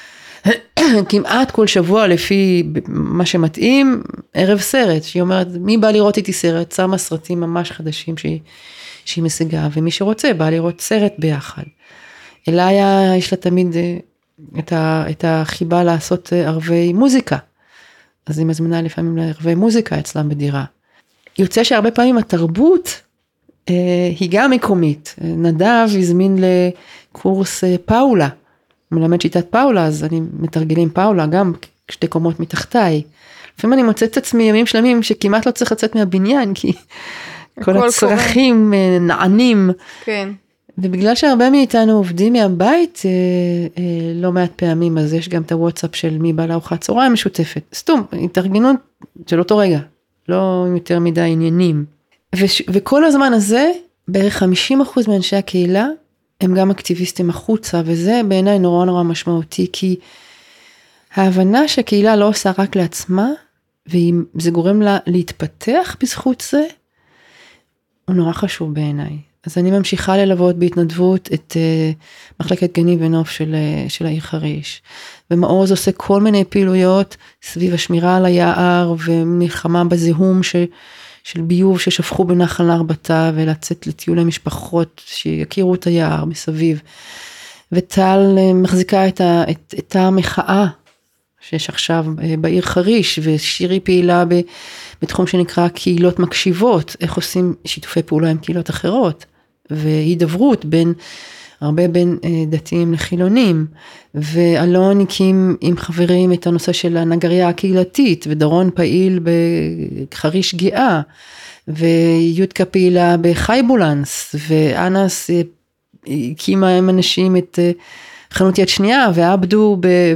כמעט כל שבוע לפי מה שמתאים, ערב סרט, שהיא אומרת, מי בא לראות איתי סרט? שמה סרטים ממש חדשים שהיא, שהיא משיגה, ומי שרוצה בא לראות סרט ביחד. אליה יש לה תמיד את, ה, את החיבה לעשות ערבי מוזיקה, אז היא מזמינה לפעמים לערבי מוזיקה אצלם בדירה. יוצא שהרבה פעמים התרבות אה, היא גם מקומית. נדב הזמין לקורס אה, פאולה, מלמד שיטת פאולה, אז אני מתרגלים פאולה גם שתי קומות מתחתיי. לפעמים אני מוצאת את עצמי ימים שלמים שכמעט לא צריך לצאת מהבניין, כי כל הצרכים קורה. נענים. כן. ובגלל שהרבה מאיתנו עובדים מהבית, אה, אה, לא מעט פעמים, אז יש גם את הוואטסאפ של מי בא לארוחת צהריים משותפת. סתום, התארגנות של אותו רגע, לא יותר מדי עניינים. וש, וכל הזמן הזה, בערך חמישים אחוז מאנשי הקהילה, הם גם אקטיביסטים החוצה, וזה בעיניי נורא נורא משמעותי, כי ההבנה שהקהילה לא עושה רק לעצמה, וזה גורם לה להתפתח בזכות זה, הוא נורא חשוב בעיניי. אז אני ממשיכה ללוות בהתנדבות את uh, מחלקת גנים ונוף של, uh, של העיר חריש. ומעוז עושה כל מיני פעילויות סביב השמירה על היער ומלחמה בזיהום ש, של ביוב ששפכו בנחל ארבטה ולצאת לטיול המשפחות שיכירו את היער מסביב. וטל uh, מחזיקה את, ה, את, את המחאה שיש עכשיו uh, בעיר חריש, ושירי פעילה ב, בתחום שנקרא קהילות מקשיבות, איך עושים שיתופי פעולה עם קהילות אחרות. והידברות בין, הרבה בין דתיים לחילונים, ואלון הקים עם חברים את הנושא של הנגריה הקהילתית, ודרון פעיל בחריש גאה, ויודקה פעילה בחייבולנס, ואנס הקימה עם אנשים את חנות יד שנייה, ועבדו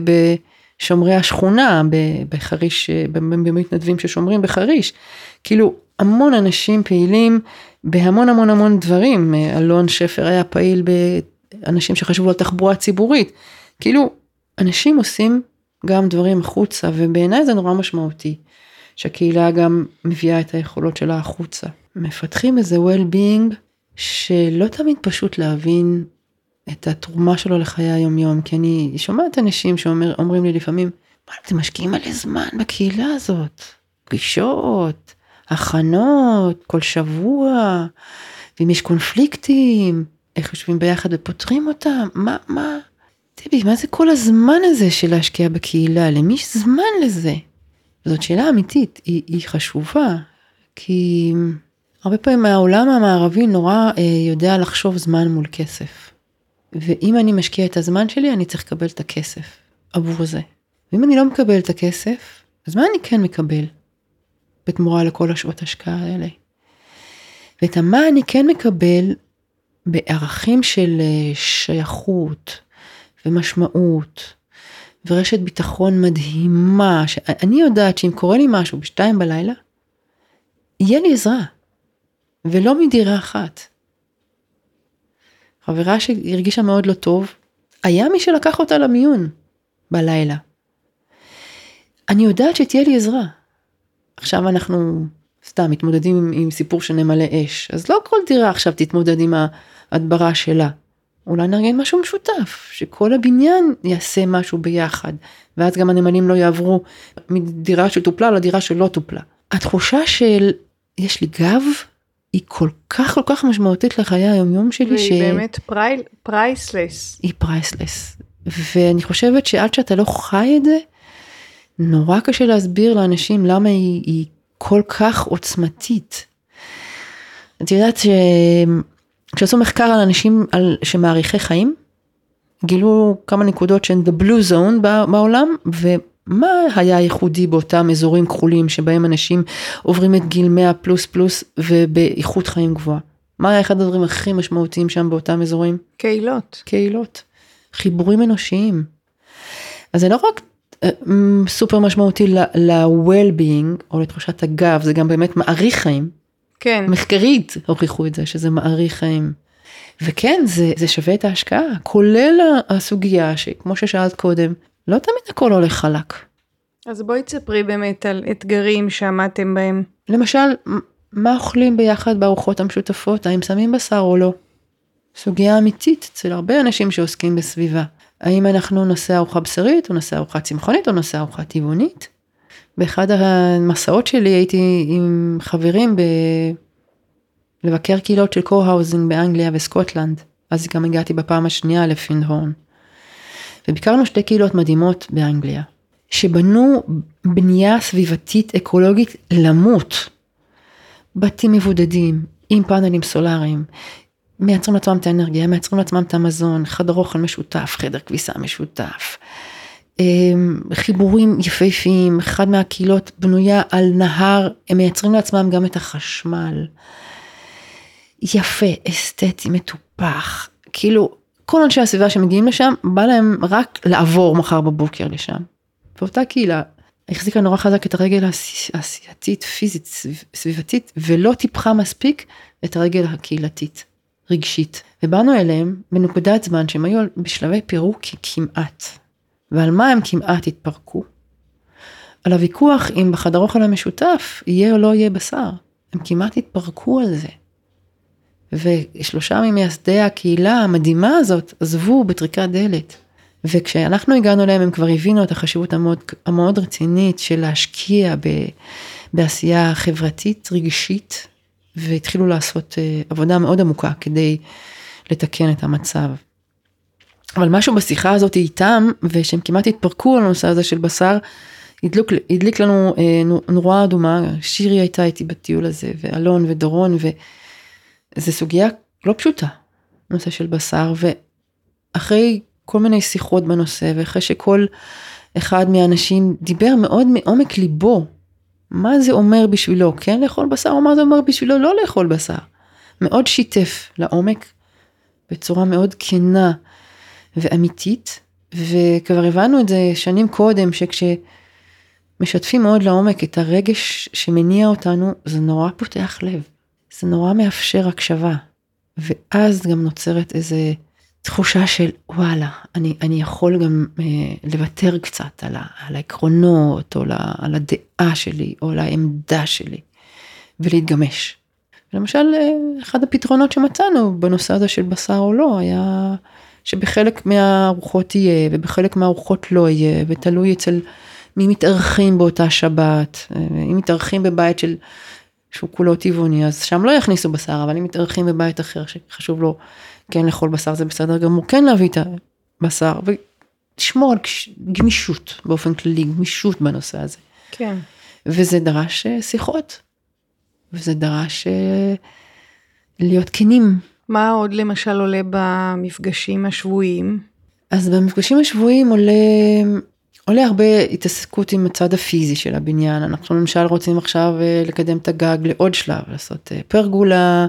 בשומרי השכונה, בחריש, במתנדבים ששומרים בחריש, כאילו המון אנשים פעילים, בהמון המון המון דברים. אלון שפר היה פעיל באנשים שחשבו על תחבורה ציבורית, כאילו אנשים עושים גם דברים החוצה, ובעיניי זה נורא משמעותי, שהקהילה גם מביאה את היכולות שלה החוצה. מפתחים איזה well-being, שלא תמיד פשוט להבין את התרומה שלו לחיי היום יום, כי אני שומעת אנשים שאומרים לי לפעמים, מה אתם משקיעים עלי זמן בקהילה הזאת? פגישות, הכנות, כל שבוע, ואם יש קונפליקטים, איך יושבים ביחד ופותרים אותם, מה, מה, תבי, מה זה כל הזמן הזה של להשקיע בקהילה, למי יש זמן לזה? וזאת שאלה אמיתית, היא, היא חשובה, כי הרבה פעמים מהעולם המערבי נורא אה, יודע לחשוב זמן מול כסף, ואם אני משקיע את הזמן שלי, אני צריך לקבל את הכסף עבור זה, ואם אני לא מקבל את הכסף, אז מה אני כן מקבל? בתמורה לכל השעות השקעה האלה. ואת מה אני כן מקבל בערכים של שייכות ומשמעות ורשת ביטחון מדהימה, שאני יודעת שאם קורה לי משהו בשתיים בלילה, יהיה לי עזרה, ולא מדירה אחת. חברה שהרגישה מאוד לא טוב, היה מי שלקח אותה למיון בלילה. אני יודעת שתהיה לי עזרה. עכשיו אנחנו סתם מתמודדים עם, עם סיפור שנמלא אש, אז לא כל דירה עכשיו תתמודד עם ההדברה שלה, אולי נארגן משהו משותף, שכל הבניין יעשה משהו ביחד, ואז גם הנמלים לא יעברו מדירה שטופלה לדירה שלא טופלה. התחושה של יש לי גב, היא כל כך כל כך משמעותית לחיי היומיום שלי, והיא ש... באמת פרי... פרייסלס. היא פרייסלס, ואני חושבת שעד שאתה לא חי את זה, נורא קשה להסביר לאנשים למה היא, היא כל כך עוצמתית. את יודעת ש... כשעשו מחקר על אנשים על... שמעריכי חיים, גילו כמה נקודות שהן the blue zone בעולם, ומה היה ייחודי באותם אזורים כחולים, שבהם אנשים עוברים את גיל מאה פלוס פלוס, ובאיכות חיים גבוהה. מה היה אחד הדברים הכי משמעותיים שם באותם אזורים? קהילות. קהילות. חיבורים אנושיים. אז זה לא רק סופר משמעותי ל-well-being, או לתחושת הגב, זה גם באמת מעריך חיים. כן. מחקרית הוכיחו את זה, שזה מעריך חיים. וכן, זה, זה שווה את ההשקעה, כולל הסוגיה שכמו ששאלת קודם, לא תמיד הכל הולך חלק. אז בואי תספרי באמת על אתגרים שעמדתם בהם. למשל, מה אוכלים ביחד בארוחות המשותפות? האם שמים בשר או לא? סוגיה אמיתית אצל הרבה אנשים שעוסקים בסביבה. האם אנחנו נעשה ארוחה בשרית, או נעשה ארוחה צמחונית, או נעשה ארוחה טבעונית? באחד המסעות שלי הייתי עם חברים ב... לבקר קהילות של קו-האוזינג באנגליה וסקוטלנד. אז גם הגעתי בפעם השנייה לפינדהורן. וביקרנו שתי קהילות מדהימות באנגליה, שבנו בנייה סביבתית אקולוגית למות. בתים מבודדים, עם פאנלים סולאריים, מייצרים לעצמם את האנרגיה, מייצרים לעצמם את המזון, חדר אוכל משותף, חדר כביסה משותף, חיבורים יפהפיים, אחד מהקהילות בנויה על נהר, הם מייצרים לעצמם גם את החשמל, יפה, אסתטי, מטופח, כאילו כל אנשי הסביבה שמגיעים לשם, בא להם רק לעבור מחר בבוקר לשם. ואותה קהילה החזיקה נורא חזק את הרגל העשייתית, פיזית, סביבתית, ולא טיפחה מספיק את הרגל הקהילתית, רגשית. ובאנו אליהם בנקודת זמן שהם היו בשלבי פירוק כמעט. ועל מה הם כמעט התפרקו? על הוויכוח אם בחדר אוכל המשותף יהיה או לא יהיה בשר. הם כמעט התפרקו על זה. ושלושה ממייסדי הקהילה המדהימה הזאת עזבו בטריקת דלת. וכשאנחנו הגענו אליהם הם כבר הבינו את החשיבות המאוד, המאוד רצינית של להשקיע ב, בעשייה חברתית רגשית, והתחילו לעשות uh, עבודה מאוד עמוקה כדי לתקן את המצב. אבל משהו בשיחה הזאת איתם, ושהם כמעט התפרקו על הנושא הזה של בשר, הדליק, הדליק לנו uh, נורה אדומה, שירי הייתה איתי בטיול הזה, ואלון ודורון, וזו סוגיה לא פשוטה, נושא של בשר, ואחרי כל מיני שיחות בנושא, ואחרי שכל אחד מהאנשים דיבר מאוד מעומק ליבו, מה זה אומר בשבילו, כן לאכול בשר, או מה זה אומר בשבילו לא לאכול בשר. מאוד שיתף לעומק, בצורה מאוד כנה ואמיתית, וכבר הבנו את זה שנים קודם, שכשמשתפים מאוד לעומק את הרגש שמניע אותנו, זה נורא פותח לב, זה נורא מאפשר הקשבה, ואז גם נוצרת איזה תחושה של וואלה, אני, אני יכול גם אה, לוותר קצת על, ה, על העקרונות, או לה, על הדעה שלי, או על העמדה שלי, ולהתגמש. למשל, אחד הפתרונות שמצאנו בנושא הזה של בשר או לא, היה שבחלק מהארוחות יהיה, ובחלק מהארוחות לא יהיה, ותלוי אצל מי מתארחים באותה שבת, אם מתארחים בבית של, שהוא כולו טבעוני, אז שם לא יכניסו בשר, אבל אם מתארחים בבית אחר שחשוב לו, כן לאכול בשר זה בסדר גמור, כן להביא את הבשר, ולשמור על גמישות באופן כללי, גמישות בנושא הזה. כן. וזה דרש שיחות, וזה דרש להיות כנים. מה עוד למשל עולה במפגשים השבועיים? אז במפגשים השבועיים עולה, עולה הרבה התעסקות עם הצד הפיזי של הבניין. אנחנו למשל רוצים עכשיו לקדם את הגג לעוד שלב, לעשות פרגולה,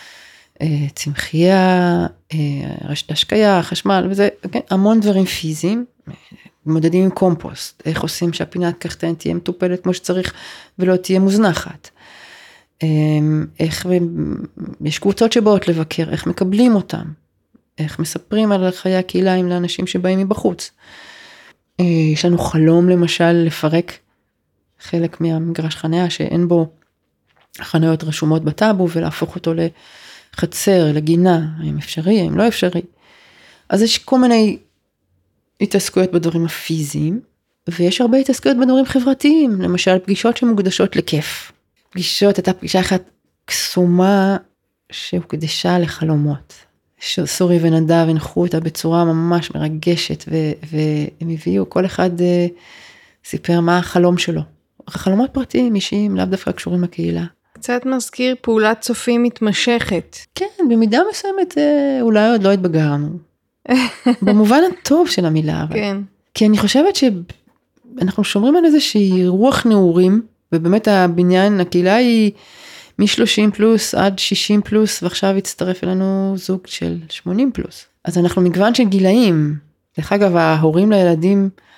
צמחייה, רשת השקיה, חשמל, וזה כן, המון דברים פיזיים, מודדים עם קומפוסט, איך עושים שהפינת קחתן תהיה מטופלת כמו שצריך, ולא תהיה מוזנחת. איך יש קבוצות שבאות לבקר, איך מקבלים אותם, איך מספרים על חיי הקהילה עם לאנשים שבאים מבחוץ. יש לנו חלום למשל לפרק חלק מהמגרש חניה שאין בו חניות רשומות בטאבו, ולהפוך אותו לחצר, לגינה, האם אפשרי, האם לא אפשרי. אז יש כל מיני התעסקויות בדברים הפיזיים, ויש הרבה התעסקויות בדברים חברתיים, למשל פגישות שמוקדשות לכיף. פגישות, הייתה פגישה אחת קסומה שהוקדשה לחלומות. סורי ונדב הנחו אותה בצורה ממש מרגשת, ו- והם הביאו, כל אחד uh, סיפר מה החלום שלו. חלומות פרטיים, אישיים, לאו דווקא קשורים לקהילה. קצת מזכיר פעולת צופים מתמשכת. כן, במידה מסוימת uh, אולי עוד לא התבגרנו. במובן הטוב של המילה. אבל. כן. כי אני חושבת שאנחנו שומרים על איזושהי רוח נעורים, ובאמת הבניין, הקהילה היא מ-שלושים פלוס עד שישים פלוס, ועכשיו הצטרף אלינו זוג של שמונים פלוס. אז אנחנו מגוון של גילאים. דרך אגב, ההורים לילדים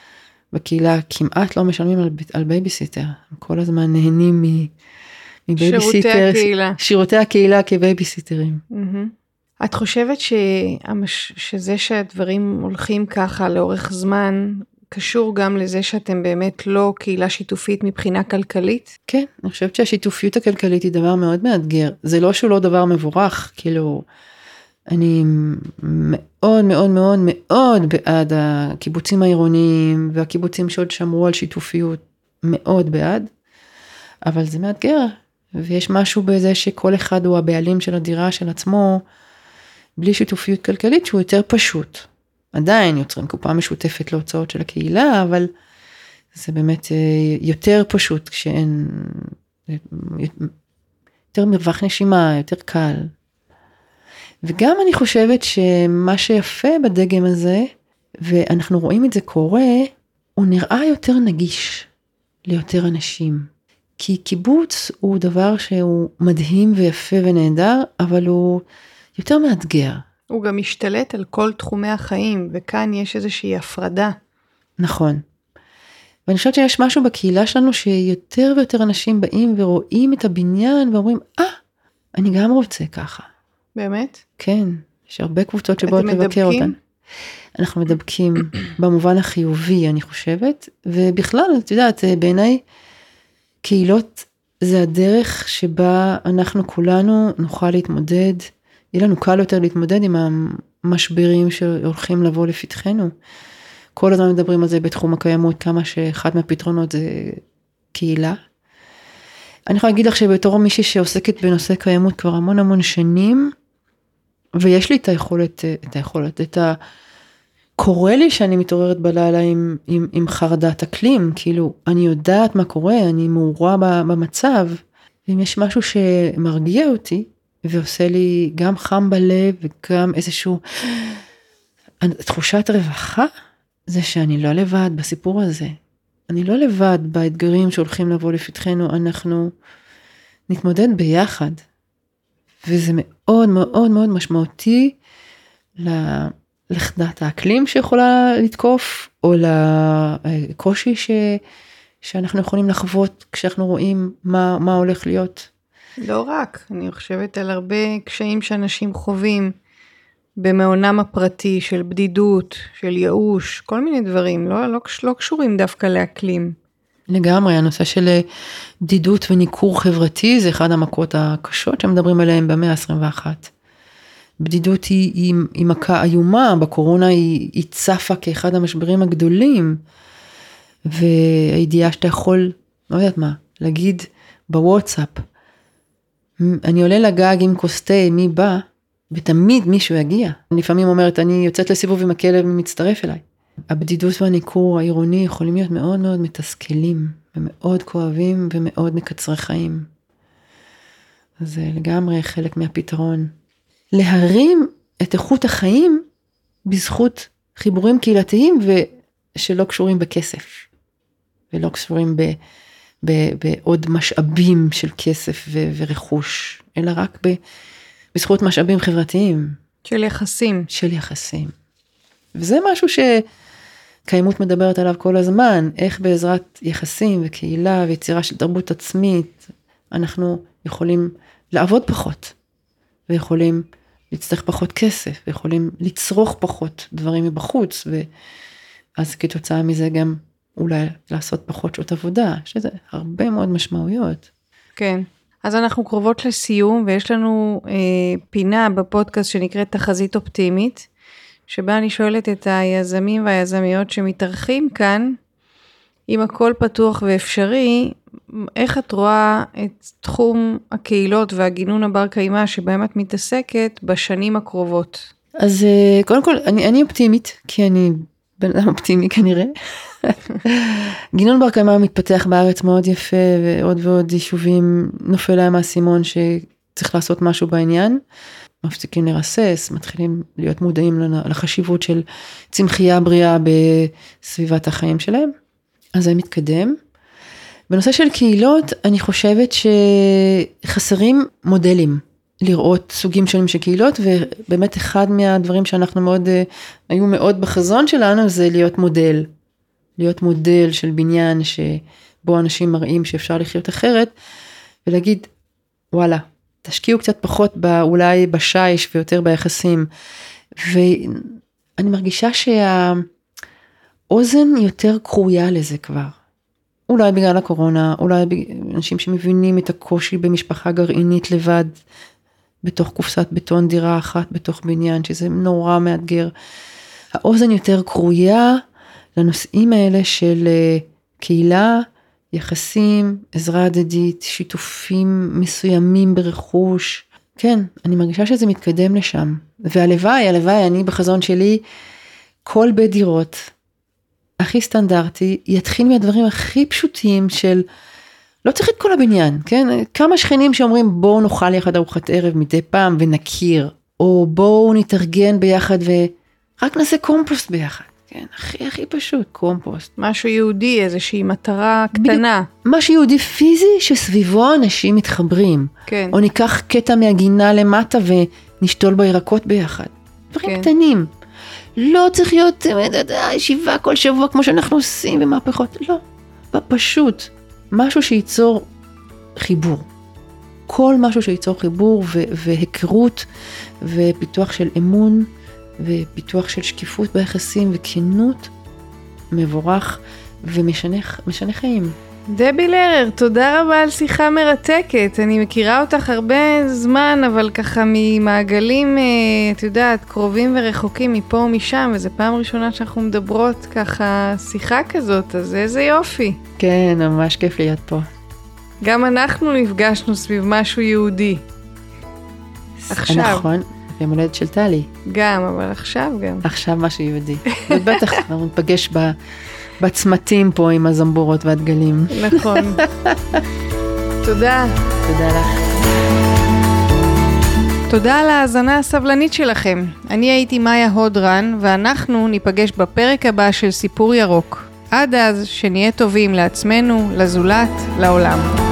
בקהילה כמעט לא משלמים על, על בייביסיטר, הם כל הזמן נהנים מבייביסיטר. שירותי הקהילה. שירותי הקהילה כבייביסיטרים. Mm-hmm. את חושבת שהמש... שזה שהדברים הולכים ככה לאורך זמן, קשור גם לזה שאתם באמת לא קהילה שיתופית מבחינה כלכלית? כן, אני חושבת שהשיתופיות הכלכלית היא דבר מאוד מאתגר. זה לא שהוא לא דבר מבורך, כאילו, אני מאוד מאוד מאוד מאוד בעד הקיבוצים העירוניים, והקיבוצים שעוד שמרו על שיתופיות, מאוד בעד, אבל זה מאתגר, ויש משהו בזה שכל אחד הוא הבעלים של הדירה של עצמו, בלי שיתופיות כלכלית שהוא יותר פשוט. עדיין יוצרים קופה משותפת להוצאות של הקהילה, אבל זה באמת יותר פשוט כשאין, יותר מרווח נשימה, יותר קל. וגם אני חושבת שמה שיפה בדגם הזה, ואנחנו רואים את זה קורה, הוא נראה יותר נגיש ליותר אנשים. כי קיבוץ הוא דבר שהוא מדהים ויפה ונהדר, אבל הוא יותר מאתגר. הוא גם משתלט על כל תחומי החיים, וכאן יש איזושהי הפרדה. נכון. ואני חושבת שיש משהו בקהילה שלנו, שיותר ויותר אנשים באים ורואים את הבניין, ואומרים, אה, אני גם רוצה ככה. באמת? כן, יש הרבה קבוצות שבאות לבקר אותן. אנחנו מדבקים במובן החיובי, אני חושבת, ובכלל, את יודעת, בעיניי, קהילות זה הדרך שבה אנחנו כולנו נוכל להתמודד, יהיה לנו קל יותר להתמודד עם המשברים שהולכים לבוא לפתחנו. כל הזמן מדברים על זה בתחום הקיימות, כמה שאחד מהפתרונות זה קהילה. אני יכולה להגיד לך שבתור מישהי שעוסקת בנושא קיימות כבר המון המון שנים, ויש לי את היכולת, את היכולת, את ה... קורה לי שאני מתעוררת בלילה עם, עם, עם חרדת אקלים, כאילו אני יודעת מה קורה, אני מעורה במצב, ואם יש משהו שמרגיע אותי, ועושה לי גם חם בלב, וגם איזשהו, תחושת רווחה, זה שאני לא לבד בסיפור הזה. אני לא לבד באתגרים שהולכים לבוא לפתחנו, אנחנו נתמודד ביחד. וזה מאוד מאוד מאוד משמעותי לחדת האקלים שיכולה לתקוף, או לקושי ש, שאנחנו יכולים לחוות כשאנחנו רואים מה, מה הולך להיות. לא רק, אני חושבת על הרבה קשיים שאנשים חווים במעונם הפרטי של בדידות, של ייאוש, כל מיני דברים, לא, לא, לא קשורים דווקא לאקלים. לגמרי, הנושא של בדידות וניכור חברתי זה אחד המכות הקשות שמדברים עליהן במאה ה-עשרים ואחת. בדידות היא, היא, היא מכה איומה, בקורונה היא, היא צפה כאחד המשברים הגדולים, והידיעה שאתה יכול, לא יודעת מה, להגיד בוואטסאפ, אני עולה לגג עם קוסטי, מי בא, ותמיד מישהו יגיע. אני לפעמים אומרת, אני יוצאת לסיבוב עם הכלב, מי מצטרף אליי. הבדידות והניכור העירוני יכולים להיות מאוד מאוד מתסכלים, ומאוד כואבים, ומאוד מקצרי חיים. אז זה לגמרי חלק מהפתרון. להרים את איכות החיים, בזכות חיבורים קהילתיים, ושלא קשורים בכסף, ולא קשורים ב... בעוד משאבים של כסף ו- ורכוש, אלא רק ב- בזכות משאבים חברתיים. של יחסים. של יחסים. וזה משהו שקיימות מדברת עליו כל הזמן, איך בעזרת יחסים וקהילה ויצירה של תרבות עצמית, אנחנו יכולים לעבוד פחות, ויכולים להצטרך פחות כסף, ויכולים לצרוך פחות דברים מבחוץ, ואז כתוצאה מזה גם אולי לעשות פחות שעות עבודה, שזה הרבה מאוד משמעויות. כן, אז אנחנו קרובות לסיום, ויש לנו אה, פינה בפודקאסט שנקראת תחזית אופטימית, שבה אני שואלת את היזמים והיזמיות שמתארחים כאן, אם הכל פתוח ואפשרי, איך את רואה את תחום הקהילות והגינון הבר קיימא שבהם את מתעסקת בשנים הקרובות? אז קודם כל, אני, אני אופטימית, כי אני בן אדם אופטימי כנראה. גינון בר קיימא מתפתח בארץ מאוד יפה, ועוד ועוד יישובים נופל להם האסימון שצריך לעשות משהו בעניין. מפסיקים לרסס, מתחילים להיות מודעים לחשיבות של צמחייה בריאה בסביבת החיים שלהם. אז זה מתקדם. בנושא של קהילות, אני חושבת שחסרים מודלים לראות סוגים שונים של קהילות, ובאמת אחד מהדברים שאנחנו מאוד, היו מאוד בחזון שלנו, זה להיות מודל להיות מודל של בניין שבו אנשים מראים שאפשר לחיות אחרת, ולהגיד, וואלה, תשקיעו קצת פחות בא, אולי בשיש ויותר ביחסים, ואני מרגישה שהאוזן יותר קרויה לזה כבר. אולי בגלל הקורונה, אולי אנשים שמבינים את הקושי במשפחה גרעינית לבד, בתוך קופסת בטון דירה אחת, בתוך בניין, שזה נורא מאתגר. האוזן יותר קרויה לנושאים האלה של קהילה, יחסים, עזרה הדדית, שיתופים מסוימים ברכוש. כן, אני מרגישה שזה מתקדם לשם. והלוואי, הלוואי, אני בחזון שלי, כל בית דירות, הכי סטנדרטי, יתחיל מהדברים הכי פשוטים של, לא צריך את כל הבניין, כן? כמה שכנים שאומרים, בואו נאכל יחד ארוחת ערב מדי פעם ונכיר, או בואו נתארגן ביחד ורק נעשה קומפוסט ביחד. כן, הכי הכי פשוט, קומפוסט. משהו יהודי, איזושהי מטרה קטנה. משהו יהודי פיזי שסביבו אנשים מתחברים. כן. או ניקח קטע מהגינה למטה ונשתול בירקות ביחד. דברים כן. קטנים. לא צריך להיות ישיבה כל שבוע כמו שאנחנו עושים במהפכות. לא, פשוט. משהו שייצור חיבור. כל משהו שייצור חיבור והיכרות ופיתוח של אמון ופיתוח של שקיפות ביחסים וכנות מבורך ומשנה משנה חיים. דבי לרר, תודה רבה על שיחה מרתקת. אני מכירה אותך הרבה זמן, אבל ככה ממעגלים, את יודעת, קרובים ורחוקים מפה ומשם, וזו פעם ראשונה שאנחנו מדברות ככה שיחה כזאת, אז איזה יופי. כן, ממש כיף להיות פה. גם אנחנו נפגשנו סביב משהו יהודי. עכשיו. נכון, יום הולדת של טלי. גם, אבל עכשיו גם. עכשיו משהו יהודי. ובטח, אנחנו נפגש ב... בצמתים פה עם הזמבורות והדגלים. נכון. תודה. תודה לך. תודה על ההאזנה הסבלנית שלכם. אני הייתי מאיה הודרן, ואנחנו ניפגש בפרק הבא של סיפור ירוק. עד אז, שנהיה טובים לעצמנו, לזולת, לעולם.